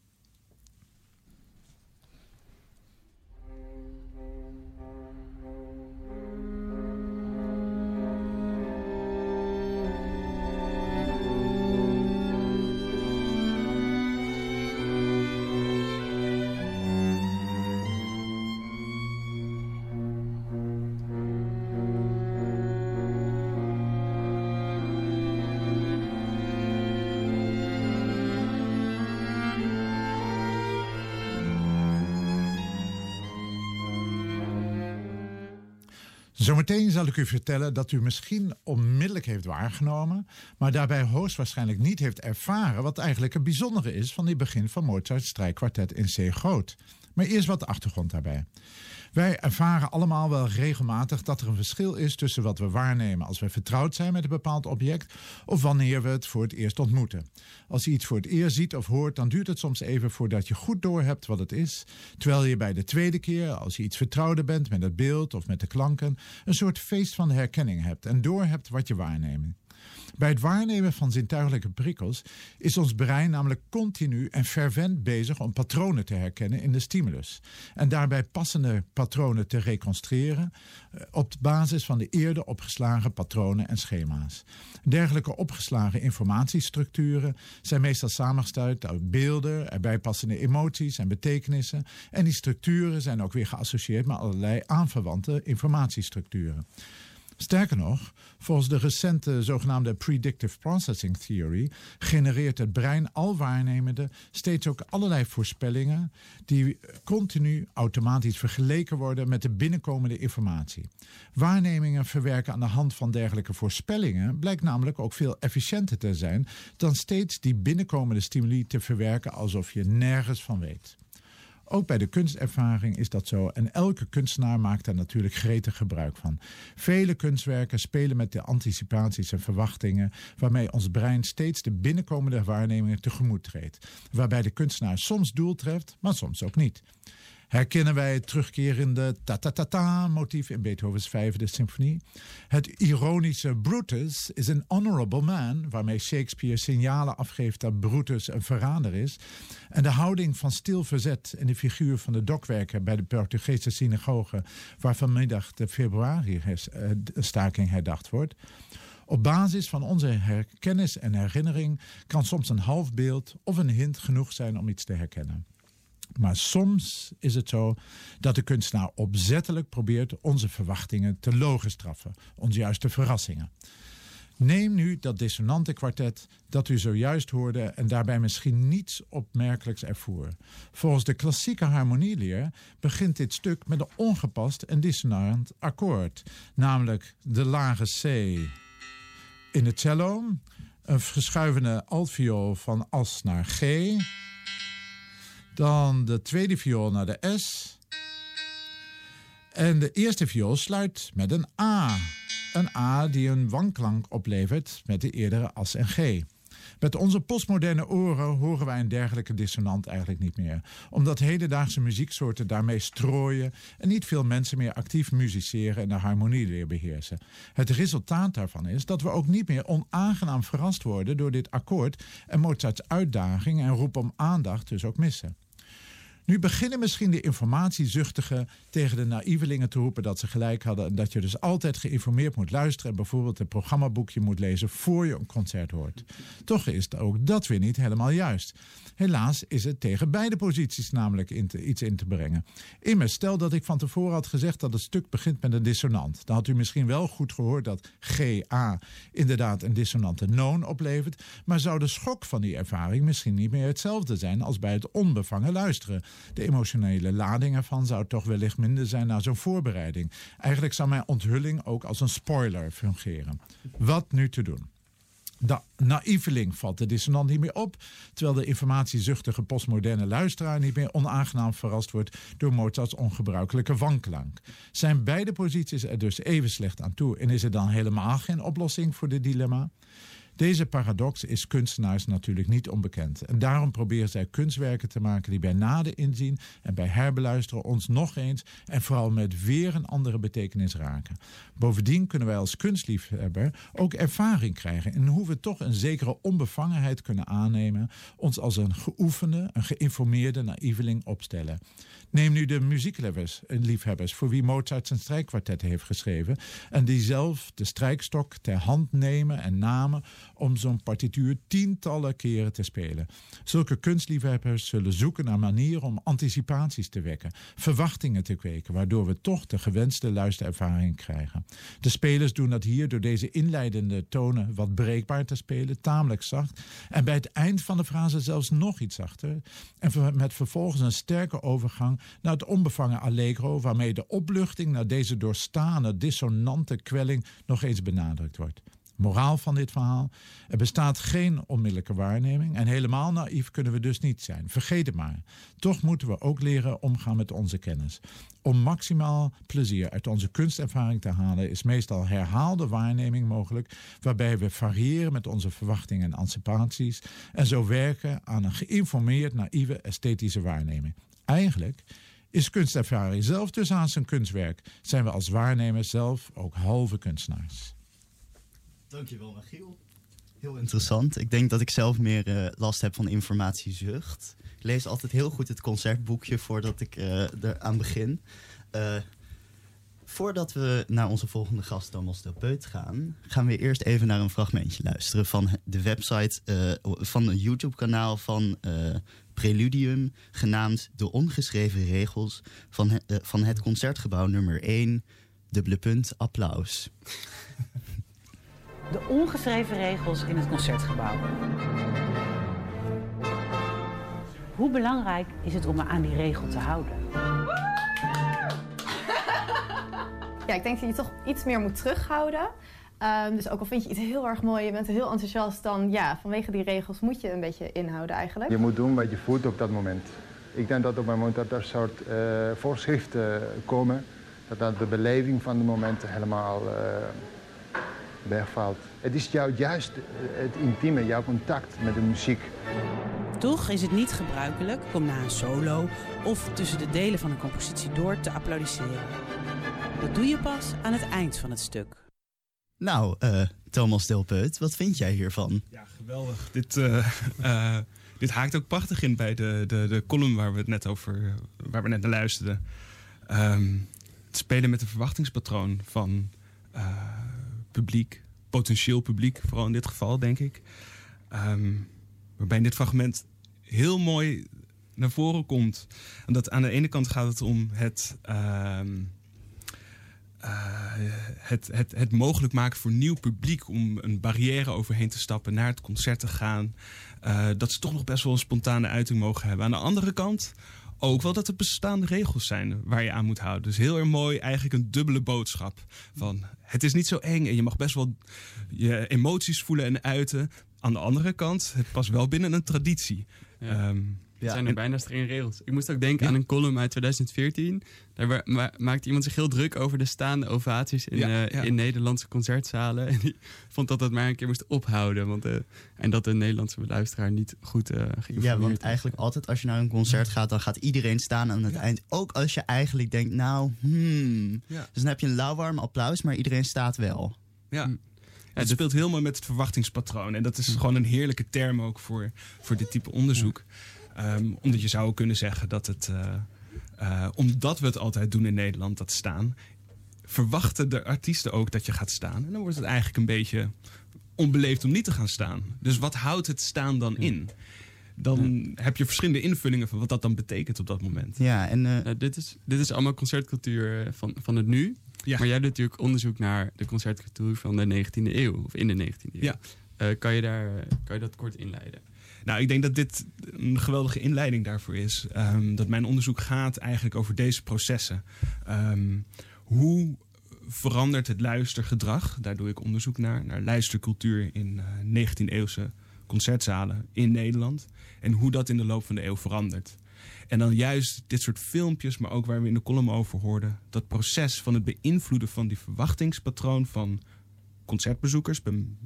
[SPEAKER 5] Zometeen zal ik u vertellen dat u misschien onmiddellijk heeft waargenomen, maar daarbij hoogstwaarschijnlijk niet heeft ervaren wat eigenlijk het bijzondere is van dit begin van Mozarts strijkkwartet in C groot. Maar eerst wat achtergrond daarbij. Wij ervaren allemaal wel regelmatig dat er een verschil is tussen wat we waarnemen als we vertrouwd zijn met een bepaald object of wanneer we het voor het eerst ontmoeten. Als je iets voor het eerst ziet of hoort, dan duurt het soms even voordat je goed doorhebt wat het is, terwijl je bij de tweede keer, als je iets vertrouwder bent met het beeld of met de klanken, een soort feest van de herkenning hebt en doorhebt wat je waarneemt. Bij het waarnemen van zintuigelijke prikkels is ons brein namelijk continu en fervent bezig om patronen te herkennen in de stimulus. En daarbij passende patronen te reconstrueren op basis van de eerder opgeslagen patronen en schema's. Dergelijke opgeslagen informatiestructuren zijn meestal samengesteld uit beelden, erbij passende emoties en betekenissen. En die structuren zijn ook weer geassocieerd met allerlei aanverwante informatiestructuren. Sterker nog, volgens de recente zogenaamde Predictive Processing Theory genereert het brein al waarnemende steeds ook allerlei voorspellingen die continu automatisch vergeleken worden met de binnenkomende informatie. Waarnemingen verwerken aan de hand van dergelijke voorspellingen blijkt namelijk ook veel efficiënter te zijn dan steeds die binnenkomende stimuli te verwerken alsof je nergens van weet. Ook bij de kunstervaring is dat zo en elke kunstenaar maakt daar natuurlijk gretig gebruik van. Vele kunstwerken spelen met de anticipaties en verwachtingen waarmee ons brein steeds de binnenkomende waarnemingen tegemoet treedt. Waarbij de kunstenaar soms doel treft, maar soms ook niet. Herkennen wij het terugkerende ta-ta-ta-ta-motief in Beethovens 5e symfonie? Het ironische Brutus is an honorable man, waarmee Shakespeare signalen afgeeft dat Brutus een verrader is. En de houding van stil verzet in de figuur van de dokwerker bij de Portugese synagoge, waar vanmiddag de februari-staking herdacht wordt. Op basis van onze kennis en herinnering kan soms een half beeld of een hint genoeg zijn om iets te herkennen. Maar soms is het zo dat de kunstenaar opzettelijk probeert onze verwachtingen te logenstraffen, onze juiste verrassingen. Neem nu dat dissonante kwartet dat u zojuist hoorde en daarbij misschien niets opmerkelijks ervoer. Volgens de klassieke harmonieleer begint dit stuk met een ongepast en dissonant akkoord, namelijk de lage C in de cello, een verschuivende altviool van As naar G, dan de tweede viool naar de S. En de eerste viool sluit met een A. Een A die een wanklank oplevert met de eerdere As en G. Met onze postmoderne oren horen wij een dergelijke dissonant eigenlijk niet meer. Omdat hedendaagse muzieksoorten daarmee strooien en niet veel mensen meer actief musiceren en de harmonieleer beheersen. Het resultaat daarvan is dat we ook niet meer onaangenaam verrast worden door dit akkoord en Mozarts uitdaging en roep om aandacht dus ook missen. Nu beginnen misschien de informatiezuchtigen tegen de naïvelingen te roepen dat ze gelijk hadden en dat je dus altijd geïnformeerd moet luisteren en bijvoorbeeld het programmaboekje moet lezen voor je een concert hoort. Toch is ook dat weer niet helemaal juist. Helaas is het tegen beide posities namelijk iets in te brengen. Immers, stel dat ik van tevoren had gezegd dat het stuk begint met een dissonant. Dan had u misschien wel goed gehoord dat G-A inderdaad een dissonante noon oplevert, maar zou de schok van die ervaring misschien niet meer hetzelfde zijn als bij het onbevangen luisteren. De emotionele lading ervan zou toch wellicht minder zijn na zo'n voorbereiding. Eigenlijk zou mijn onthulling ook als een spoiler fungeren. Wat nu te doen? De naïveling valt de dissonant niet meer op, terwijl de informatiezuchtige postmoderne luisteraar niet meer onaangenaam verrast wordt door Mozarts ongebruikelijke wanklank. Zijn beide posities er dus even slecht aan toe en is er dan helemaal geen oplossing voor dit dilemma? Deze paradox is kunstenaars natuurlijk niet onbekend. En daarom proberen zij kunstwerken te maken die bij nader inzien en bij herbeluisteren ons nog eens en vooral met weer een andere betekenis raken. Bovendien kunnen wij als kunstliefhebber ook ervaring krijgen en hoe we toch een zekere onbevangenheid kunnen aannemen, ons als een geoefende, een geïnformeerde naïveling opstellen. Neem nu de muziekliefhebbers voor wie Mozart zijn strijkkwartetten heeft geschreven en die zelf de strijkstok ter hand nemen en namen om zo'n partituur tientallen keren te spelen. Zulke kunstliefhebbers zullen zoeken naar manieren om anticipaties te wekken, verwachtingen te kweken, waardoor we toch de gewenste luisterervaring krijgen. De spelers doen dat hier door deze inleidende tonen wat breekbaar te spelen, tamelijk zacht, en bij het eind van de frase zelfs nog iets zachter, en met vervolgens een sterke overgang naar het onbevangen allegro, waarmee de opluchting naar deze doorstane, dissonante kwelling nog eens benadrukt wordt. Moraal van dit verhaal: er bestaat geen onmiddellijke waarneming en helemaal naïef kunnen we dus niet zijn. Vergeet het maar. Toch moeten we ook leren omgaan met onze kennis. Om maximaal plezier uit onze kunstervaring te halen is meestal herhaalde waarneming mogelijk, waarbij we variëren met onze verwachtingen en anticipaties en zo werken aan een geïnformeerd, naïeve, esthetische waarneming. Eigenlijk is kunstervaring zelf dus aan zijn kunstwerk. Zijn we als waarnemers zelf ook halve kunstenaars.
[SPEAKER 3] Dankjewel, Michiel. Heel interessant. Ik denk dat ik zelf meer last heb van informatiezucht. Ik lees altijd heel goed het concertboekje voordat ik eraan begin. Voordat we naar onze volgende gast Thomas Delpeut gaan we eerst even naar een fragmentje luisteren van de website van een YouTube-kanaal van Preludium, genaamd De Ongeschreven Regels van het Concertgebouw nummer 1, applaus.
[SPEAKER 1] De ongeschreven regels in het Concertgebouw. Hoe belangrijk is het om me aan die regel te houden?
[SPEAKER 7] Ja, ik denk dat je toch iets meer moet terughouden. Dus ook al vind je iets heel erg mooi, je bent heel enthousiast, dan ja, vanwege die regels moet je een beetje inhouden eigenlijk.
[SPEAKER 8] Je moet doen wat je voelt op dat moment. Ik denk dat op het moment dat er soort voorschriften komen, dat de beleving van de momenten helemaal wegvalt. Het is juist het intieme, jouw contact met de muziek.
[SPEAKER 1] Toch is het niet gebruikelijk om na een solo of tussen de delen van een compositie door te applaudisseren. Dat doe je pas aan het eind van het stuk.
[SPEAKER 3] Nou, Thomas Delpeut, wat vind jij hiervan?
[SPEAKER 4] Ja, geweldig. Dit haakt ook prachtig in bij de column waar we net naar luisterden. Het spelen met een verwachtingspatroon van publiek, potentieel publiek, vooral in dit geval, denk ik. Waarbij in dit fragment heel mooi naar voren komt. En dat aan de ene kant gaat het om het mogelijk maken voor nieuw publiek om een barrière overheen te stappen, naar het concert te gaan. Dat ze toch nog best wel een spontane uiting mogen hebben. Aan de andere kant ook wel dat er bestaande regels zijn waar je aan moet houden. Dus heel erg mooi, eigenlijk een dubbele boodschap. Van, het is niet zo eng en je mag best wel je emoties voelen en uiten. Aan de andere kant, het past wel binnen een traditie.
[SPEAKER 2] Ja. Het zijn er bijna strenge regels. Ik moest ook denken aan een column uit 2014. Daar maakte iemand zich heel druk over de staande ovaties in Nederlandse concertzalen. En die vond dat maar een keer moest ophouden. En dat de Nederlandse luisteraar niet goed geïnformeerd
[SPEAKER 3] Ja, want
[SPEAKER 2] was.
[SPEAKER 3] eigenlijk altijd als je naar een concert gaat, dan gaat iedereen staan aan het eind. Ook als je eigenlijk denkt, nou, Dus dan heb je een lauwwarm applaus, maar iedereen staat wel.
[SPEAKER 4] Ja. Het speelt heel mooi met het verwachtingspatroon. En dat is gewoon een heerlijke term ook voor dit type onderzoek. Omdat je zou kunnen zeggen dat het, omdat we het altijd doen in Nederland, dat staan, verwachten de artiesten ook dat je gaat staan. En dan wordt het eigenlijk een beetje onbeleefd om niet te gaan staan. Dus wat houdt het staan dan in? Dan heb je verschillende invullingen van wat dat dan betekent op dat moment.
[SPEAKER 3] Ja, en
[SPEAKER 2] dit is allemaal concertcultuur van het nu.
[SPEAKER 4] Ja.
[SPEAKER 2] Maar jij doet natuurlijk onderzoek naar de concertcultuur van de 19e eeuw. Of in de 19e eeuw.
[SPEAKER 4] Ja.
[SPEAKER 2] Kan je dat kort inleiden?
[SPEAKER 4] Nou, ik denk dat dit een geweldige inleiding daarvoor is. Dat mijn onderzoek gaat eigenlijk over deze processen. Hoe verandert het luistergedrag? Daar doe ik onderzoek naar luistercultuur in 19e-eeuwse concertzalen in Nederland. En hoe dat in de loop van de eeuw verandert. En dan juist dit soort filmpjes, maar ook waar we in de column over hoorden, dat proces van het beïnvloeden van die verwachtingspatroon van concertbezoekers,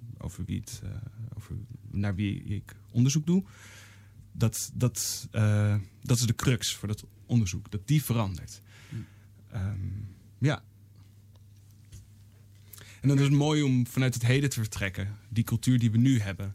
[SPEAKER 4] naar wie ik onderzoek doe, dat is de crux voor dat onderzoek, dat die verandert. Ja. En dan is het mooi om vanuit het heden te vertrekken, die cultuur die we nu hebben,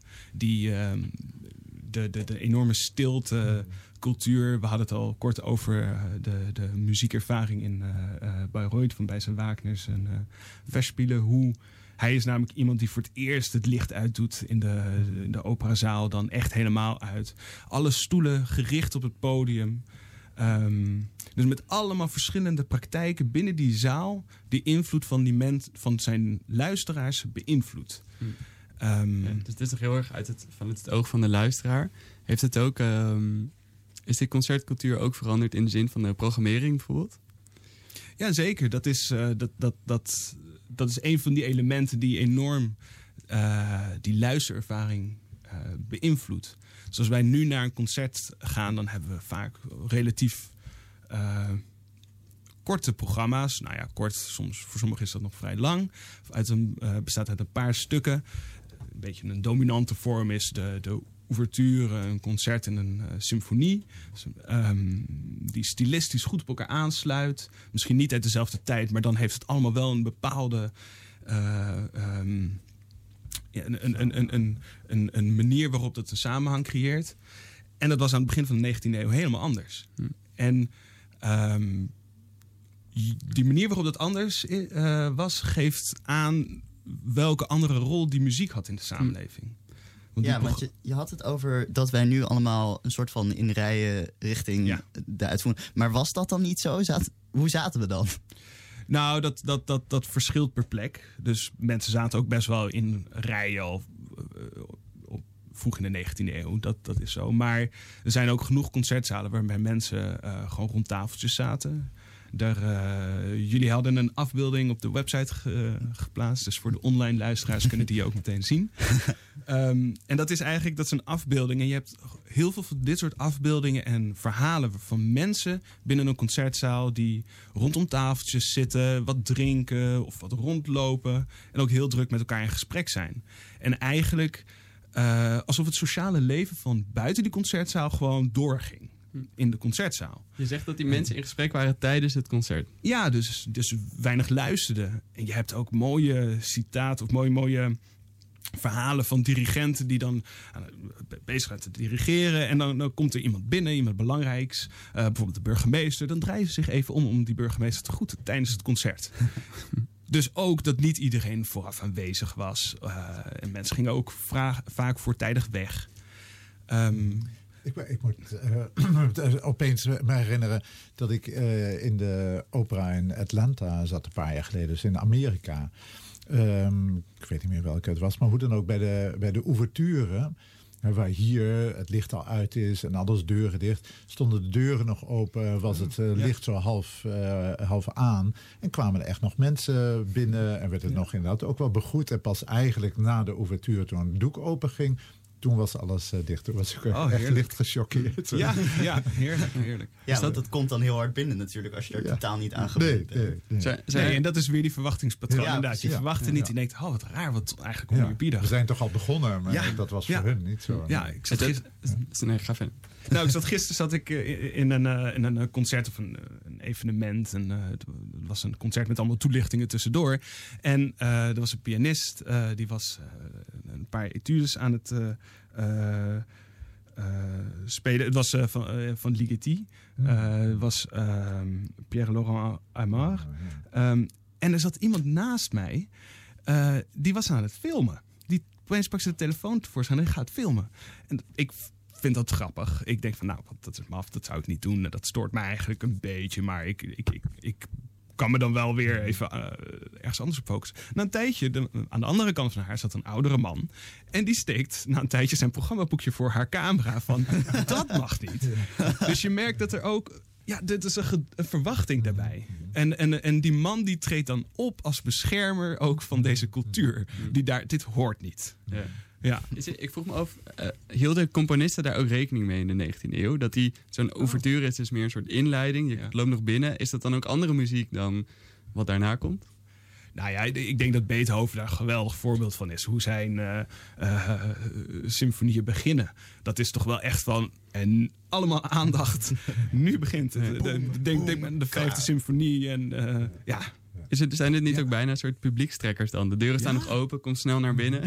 [SPEAKER 4] de enorme stilte cultuur. We hadden het al kort over de muziekervaring in Bayreuth van bij zijn Wagners en Festspielen. Hij is namelijk iemand die voor het eerst het licht uitdoet in de operazaal, dan echt helemaal uit. Alle stoelen gericht op het podium. Dus met allemaal verschillende praktijken binnen die zaal die invloed van zijn luisteraars beïnvloedt.
[SPEAKER 2] Dus het is toch heel erg vanuit het oog van de luisteraar. Heeft het ook, is die concertcultuur ook veranderd in de zin van de programmering bijvoorbeeld?
[SPEAKER 4] Ja, zeker. Dat is een van die elementen die enorm die luisterervaring beïnvloedt. Dus als wij nu naar een concert gaan, dan hebben we vaak relatief korte programma's. Nou ja, kort, soms voor sommigen is dat nog vrij lang. Bestaat uit een paar stukken. Een beetje een dominante vorm is de ouverture, een concert en een symfonie. Dus, die stilistisch goed op elkaar aansluit. Misschien niet uit dezelfde tijd, maar dan heeft het allemaal wel een bepaalde een manier waarop dat een samenhang creëert. En dat was aan het begin van de 19e eeuw helemaal anders. En die manier waarop dat anders was, geeft aan welke andere rol die muziek had in de samenleving.
[SPEAKER 3] Want je had het over dat wij nu allemaal een soort van in rijen richting de uitvoering. Maar was dat dan niet zo? Hoe zaten we dan?
[SPEAKER 4] Nou, dat verschilt per plek. Dus mensen zaten ook best wel in rijen al vroeg in de 19e eeuw. Dat is zo. Maar er zijn ook genoeg concertzalen waarbij mensen gewoon rond tafeltjes zaten. Jullie hadden een afbeelding op de website geplaatst. Dus voor de online luisteraars kunnen die ook meteen zien. En dat is een afbeelding. En je hebt heel veel van dit soort afbeeldingen en verhalen van mensen binnen een concertzaal die rondom tafeltjes zitten, wat drinken of wat rondlopen. En ook heel druk met elkaar in gesprek zijn. En eigenlijk alsof het sociale leven van buiten die concertzaal gewoon doorging. In de concertzaal.
[SPEAKER 2] Je zegt dat die mensen in gesprek waren tijdens het concert.
[SPEAKER 4] Ja, dus weinig luisterden. En je hebt ook mooie citaten of mooie verhalen van dirigenten die dan bezig zijn te dirigeren. En dan komt er iemand binnen, iemand belangrijks. Bijvoorbeeld de burgemeester. Dan draaien ze zich even om die burgemeester te groeten tijdens het concert. Dus ook dat niet iedereen vooraf aanwezig was. En mensen gingen ook vaak voortijdig weg.
[SPEAKER 5] Ik moet opeens me herinneren dat ik in de opera in Atlanta zat een paar jaar geleden, dus in Amerika. Ik weet niet meer welke het was, maar hoe dan ook bij de ouverture, waar hier het licht al uit is en alles deuren dicht, stonden de deuren nog open, was het licht zo half aan en kwamen er echt nog mensen binnen en werd het nog inderdaad ook wel begroet. En pas eigenlijk na de ouverture, toen het doek open ging, toen was alles dicht. Toen was ik echt licht gechoqueerd.
[SPEAKER 4] Ja, heerlijk.
[SPEAKER 3] Ja, want dat komt dan heel hard binnen natuurlijk als je er totaal niet aan gewend bent.
[SPEAKER 4] Nee, en dat is weer die verwachtingspatroon.
[SPEAKER 3] Ja,
[SPEAKER 4] inderdaad. Je verwacht het niet. Je denkt, wat raar, wat eigenlijk om je bieden.
[SPEAKER 5] We zijn toch al begonnen, maar dat was voor hun niet zo.
[SPEAKER 4] Ja, ik zat
[SPEAKER 2] Nee, ga verder.
[SPEAKER 4] Nou, gisteren in een concert of een evenement. En het was een concert met allemaal toelichtingen tussendoor. En er was een pianist, die was een paar etudes aan het spelen. Het was van Ligeti. Het was Pierre-Laurent Aimard. En er zat iemand naast mij, die was aan het filmen. Die opeens pakt ze de telefoon tevoorschijn en gaat filmen. En ik vind dat grappig. Ik denk van, dat is maf, dat zou ik niet doen. Dat stoort me eigenlijk een beetje, maar ik kan me dan wel weer even ergens anders op focussen. Na een tijdje, aan de andere kant van haar zat een oudere man. En die steekt na een tijdje zijn programmaboekje voor haar camera van, dat mag niet. Dus je merkt dat er ook, dit is een verwachting daarbij. En die man die treedt dan op als beschermer ook van deze cultuur. Dit hoort niet. Ja.
[SPEAKER 2] Ik vroeg me af, hielden componisten daar ook rekening mee in de 19e eeuw? Dat zo'n ouverture is dus meer een soort inleiding. Je loopt nog binnen. Is dat dan ook andere muziek dan wat daarna komt?
[SPEAKER 4] Nou ja, ik denk dat Beethoven daar een geweldig voorbeeld van is. Hoe zijn symfonieën beginnen. Dat is toch wel echt van, en allemaal aandacht. Nu begint het. Denk maar aan de 5e symfonie. En
[SPEAKER 2] Zijn dit niet ook bijna een soort publiekstrekkers dan? De deuren staan nog open, kom snel naar binnen.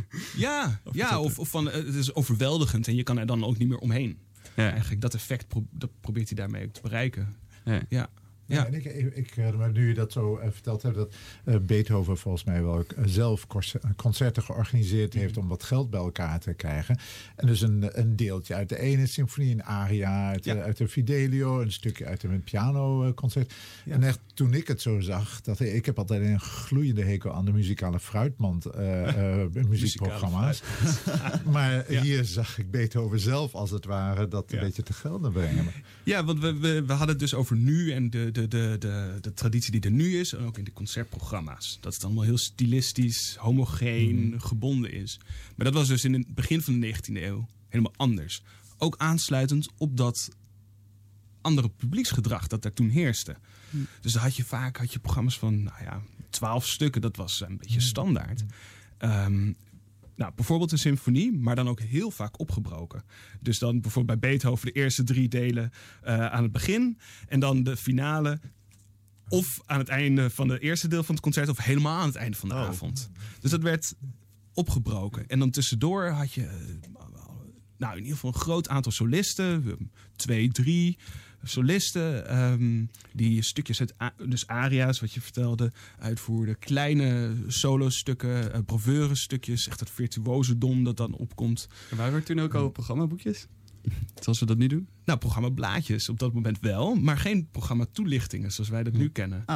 [SPEAKER 4] Of van het is overweldigend en je kan er dan ook niet meer omheen. Ja. Eigenlijk dat effect dat probeert hij daarmee ook te bereiken. Ja.
[SPEAKER 5] En ik maar nu je dat zo verteld hebt, dat Beethoven volgens mij wel zelf concerten georganiseerd heeft om wat geld bij elkaar te krijgen. En dus een deeltje uit de ene symfonie, een aria uit de Fidelio, een stukje uit een pianoconcert. Ja. En echt toen ik het zo zag, ik heb altijd een gloeiende hekel aan de muzikale fruitmand muziekprogramma's. Maar hier zag ik Beethoven zelf als het ware dat een beetje te gelden brengen.
[SPEAKER 4] Ja, want we hadden het dus over nu en de traditie die er nu is. En ook in de concertprogramma's. Dat het allemaal heel stilistisch, homogeen, gebonden is. Maar dat was dus in het begin van de 19e eeuw helemaal anders. Ook aansluitend op dat andere publieksgedrag dat daar toen heerste. Dus dan had je programma's van 12 stukken. Dat was een beetje standaard. Bijvoorbeeld een symfonie, maar dan ook heel vaak opgebroken. Dus dan bijvoorbeeld bij Beethoven de eerste 3 delen aan het begin. En dan de finale of aan het einde van het eerste deel van het concert of helemaal aan het einde van de avond. Dus dat werd opgebroken. En dan tussendoor had je in ieder geval een groot aantal solisten. 2, 3 solisten die stukjes dus aria's, wat je vertelde, uitvoerden. Kleine solo-stukken, bravure-stukjes. Echt dat virtuoze dom dat dan opkomt.
[SPEAKER 2] En waren er toen ook al programmaboekjes? Zoals we dat nu doen?
[SPEAKER 4] Programmablaadjes op dat moment wel. Maar geen programmatoelichtingen zoals wij dat nu kennen.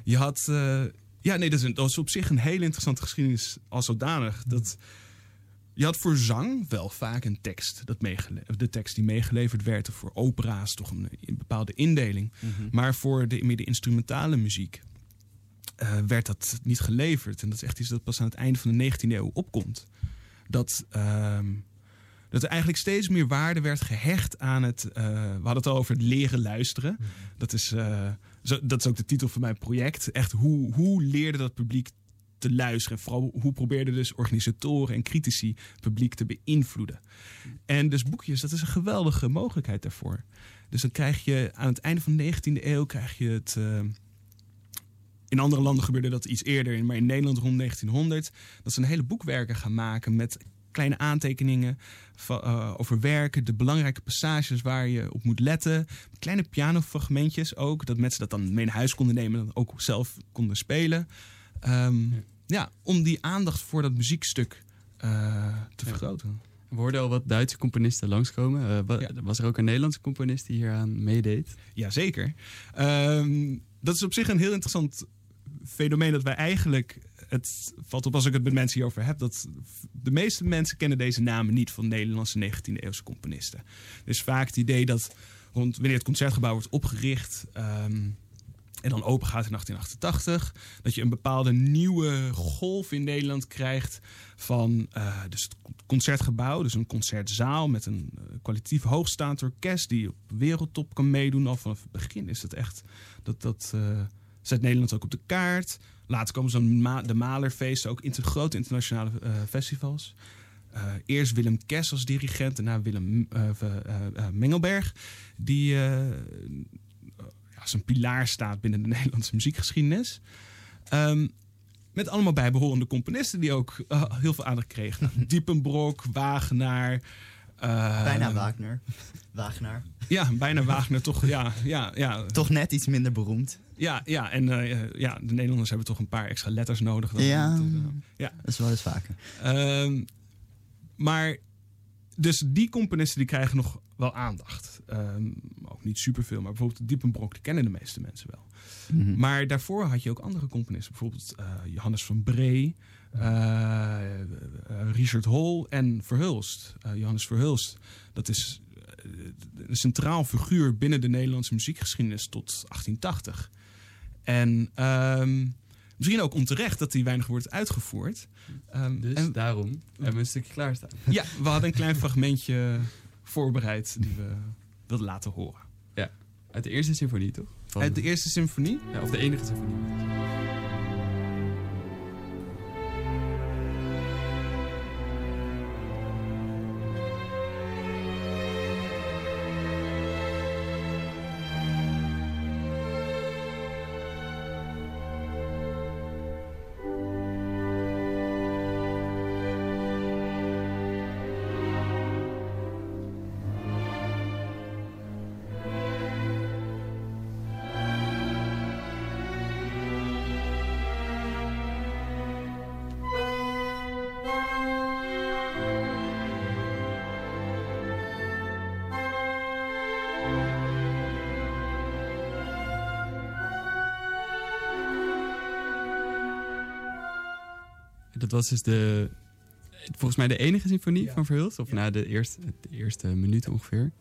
[SPEAKER 4] Je had... dat was op zich een hele interessante geschiedenis als zodanig. Dat je had voor zang wel vaak een tekst. De tekst die meegeleverd werd. Of voor opera's toch een bepaalde indeling.
[SPEAKER 2] Mhm.
[SPEAKER 4] Maar voor de instrumentale muziek werd dat niet geleverd. En dat is echt iets dat pas aan het einde van de 19e eeuw opkomt. Dat er eigenlijk steeds meer waarde werd gehecht aan het... we hadden het al over het leren luisteren. Dat is ook de titel van mijn project. Echt, hoe leerde dat publiek te luisteren? En vooral, hoe probeerden dus organisatoren en critici het publiek te beïnvloeden? En dus boekjes, dat is een geweldige mogelijkheid daarvoor. Dus dan krijg je aan het einde van de 19e eeuw... krijg je het... in andere landen gebeurde dat iets eerder, maar in Nederland rond 1900... dat ze een hele boekwerken gaan maken met kleine aantekeningen over werken, de belangrijke passages waar je op moet letten. Kleine pianofragmentjes ook, dat mensen dat dan mee naar huis konden nemen en ook zelf konden spelen. Om die aandacht voor dat muziekstuk te vergroten.
[SPEAKER 2] We hoorden al wat Duitse componisten langskomen. Was er ook een Nederlandse componist die hieraan meedeed?
[SPEAKER 4] Jazeker. Dat is op zich een heel interessant fenomeen dat wij eigenlijk... Het valt op als ik het met mensen hierover heb... dat de meeste mensen kennen deze namen niet van Nederlandse 19e-eeuwse componisten. Dus vaak het idee dat wanneer het Concertgebouw wordt opgericht... en dan open gaat in 1888... dat je een bepaalde nieuwe golf in Nederland krijgt... van dus het Concertgebouw, dus een concertzaal... met een kwalitatief hoogstaand orkest... die op wereldtop kan meedoen. Al vanaf het begin is het echt... dat zet Nederland ook op de kaart. Later komen ze de Malerfeesten, ook grote internationale festivals. Eerst Willem Kess als dirigent, daarna Willem Mengelberg... die als een pilaar staat binnen de Nederlandse muziekgeschiedenis. Met allemaal bijbehorende componisten die ook heel veel aandacht kregen. Diepenbrok, Wagenaar...
[SPEAKER 3] bijna Wagner.
[SPEAKER 4] Ja, bijna Wagner, toch. Ja.
[SPEAKER 3] Toch net iets minder beroemd.
[SPEAKER 4] En de Nederlanders hebben toch een paar extra letters nodig.
[SPEAKER 3] Dat is wel eens vaker.
[SPEAKER 4] Maar dus die componisten die krijgen nog wel aandacht. Ook niet superveel, maar bijvoorbeeld Diepenbrok, die kennen de meeste mensen wel. Mm-hmm. Maar daarvoor had je ook andere componisten. Bijvoorbeeld Johannes van Bree, Richard Hol en Verhulst. Johannes Verhulst, dat is een centraal figuur binnen de Nederlandse muziekgeschiedenis tot 1880. En misschien ook onterecht dat die weinig wordt uitgevoerd.
[SPEAKER 2] Daarom hebben we een stukje klaarstaan.
[SPEAKER 4] Ja, we hadden een klein fragmentje voorbereid die we wilden laten horen.
[SPEAKER 2] Ja, uit de eerste symfonie toch?
[SPEAKER 4] Uit de eerste symfonie?
[SPEAKER 2] Ja, of de enige symfonie. Dat was dus volgens mij de enige symfonie van Verhulst. Of na de eerste minuut ongeveer.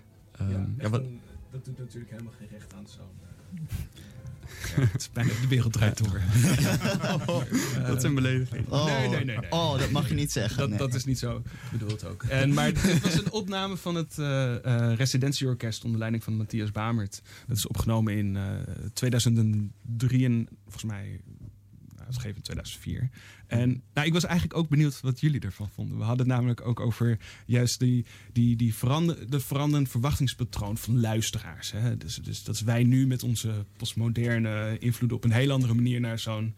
[SPEAKER 4] Dat doet natuurlijk helemaal geen recht aan zo'n... het is bijna de wereld draait door.
[SPEAKER 2] Dat is een belediging.
[SPEAKER 4] Nee.
[SPEAKER 3] Oh, dat mag je niet zeggen.
[SPEAKER 4] Dat is niet zo bedoeld ook. Maar dit was een opname van het residentieorkest onder leiding van Matthias Bamert. Dat is opgenomen in 2003 en volgens mij... uitgegeven in 2004. En ik was eigenlijk ook benieuwd wat jullie ervan vonden. We hadden het namelijk ook over juist de veranderend verwachtingspatroon van luisteraars. Hè? Dus dat wij nu met onze postmoderne invloeden op een heel andere manier naar zo'n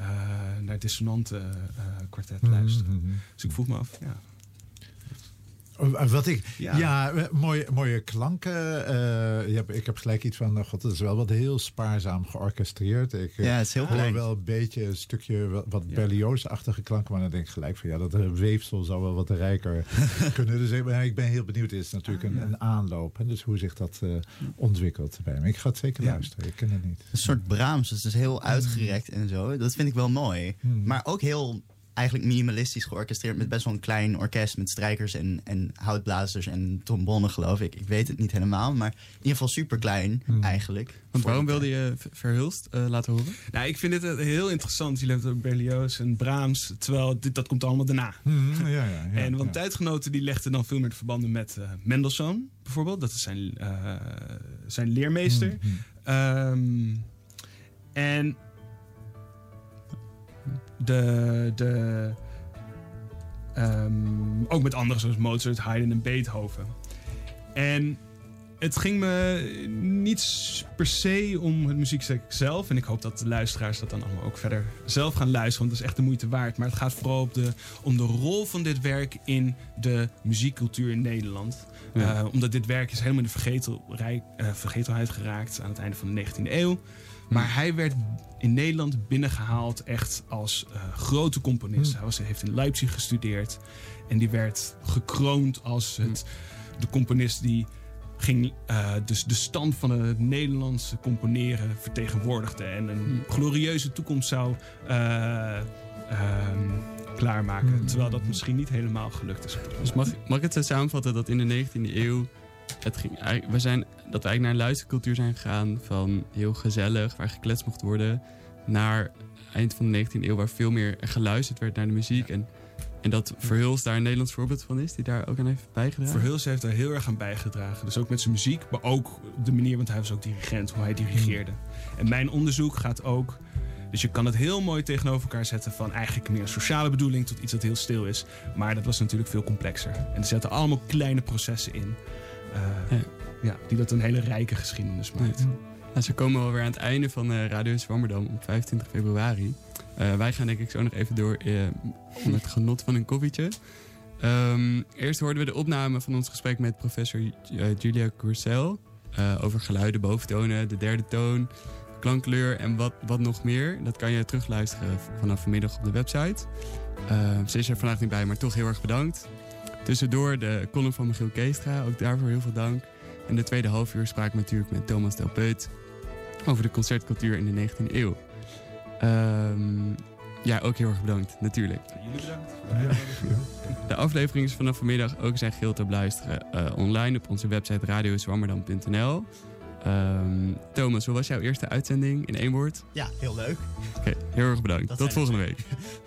[SPEAKER 4] naar dissonante kwartet luisteren. Dus ik vroeg me af,
[SPEAKER 5] Wat ik... mooie klanken. Ik heb gelijk iets van... God, het is wel wat heel spaarzaam georchestreerd. Het
[SPEAKER 3] is heel
[SPEAKER 5] hoor
[SPEAKER 3] klein.
[SPEAKER 5] wel een beetje een stukje wat Berlioz-achtige klanken. Maar dan denk ik gelijk van... dat weefsel zou wel wat rijker kunnen. Dus ik ben heel benieuwd. Het is natuurlijk een aanloop. Hè, dus hoe zich dat ontwikkelt bij me. Ik ga het zeker luisteren. Ik ken het niet.
[SPEAKER 3] Een soort Brahms. Dus het is heel uitgerekt en zo. Dat vind ik wel mooi. Maar ook heel... eigenlijk minimalistisch georchestreerd met best wel een klein orkest met strijkers en houtblazers en trombonnen, geloof ik. Ik weet het niet helemaal, maar in ieder geval super klein eigenlijk.
[SPEAKER 2] Want waarom wilde je Verhulst laten horen?
[SPEAKER 4] Nou, ik vind dit heel interessant. Jullie hebben het over Berlioz en Brahms, terwijl dat komt allemaal daarna. Want tijdgenoten die legden dan veel meer de verbanden met Mendelssohn, bijvoorbeeld. Dat is zijn leermeester. En ook met anderen zoals Mozart, Haydn en Beethoven. En het ging me niet per se om het muziekstuk zelf. En ik hoop dat de luisteraars dat dan allemaal ook verder zelf gaan luisteren. Want dat is echt de moeite waard. Maar het gaat vooral om de rol van dit werk in de muziekcultuur in Nederland. Ja. Omdat dit werk is helemaal in de vergetelheid geraakt aan het einde van de 19e eeuw. Maar hij werd in Nederland binnengehaald echt als grote componist. Hij heeft in Leipzig gestudeerd. En die werd gekroond als de componist die ging dus de stand van het Nederlandse componeren vertegenwoordigde. En een glorieuze toekomst zou klaarmaken. Terwijl dat misschien niet helemaal gelukt is.
[SPEAKER 2] Dus mag ik het zo samenvatten dat in de 19e eeuw... dat we eigenlijk naar een luistercultuur zijn gegaan van heel gezellig, waar gekletst mocht worden, naar eind van de 19e eeuw, waar veel meer geluisterd werd naar de muziek. Ja. En dat Verhulst daar een Nederlands voorbeeld van is, die daar ook aan heeft bijgedragen?
[SPEAKER 4] Verhulst heeft daar heel erg aan bijgedragen. Dus ook met zijn muziek, maar ook de manier, want hij was ook dirigent, hoe hij dirigeerde. En mijn onderzoek gaat ook... Dus je kan het heel mooi tegenover elkaar zetten van eigenlijk meer een sociale bedoeling tot iets dat heel stil is. Maar dat was natuurlijk veel complexer. En er zitten allemaal kleine processen in. Die dat een hele rijke geschiedenis maakt.
[SPEAKER 2] Nou, zo komen we alweer aan het einde van Radio Zwammerdam op 25 februari. Wij gaan denk ik zo nog even door met het genot van een koffietje. Eerst hoorden we de opname van ons gesprek met professor Julia Courcel. Over geluiden, boventonen, de derde toon, klankkleur en wat nog meer. Dat kan je terugluisteren vanaf vanmiddag op de website. Ze is er vandaag niet bij, maar toch heel erg bedankt. Tussendoor de column van Michiel Keestra, ook daarvoor heel veel dank. En de tweede halfuur spraken we natuurlijk met Thomas Delpeut over de concertcultuur in de 19e eeuw. Ook heel erg bedankt, natuurlijk.
[SPEAKER 4] Jullie bedankt.
[SPEAKER 2] De aflevering is vanaf vanmiddag ook zijn geheel te beluisteren online op onze website radiozwammerdam.nl. Thomas, hoe was jouw eerste uitzending in 1 woord?
[SPEAKER 3] Ja, heel leuk.
[SPEAKER 2] Oké, heel erg bedankt. Tot volgende week.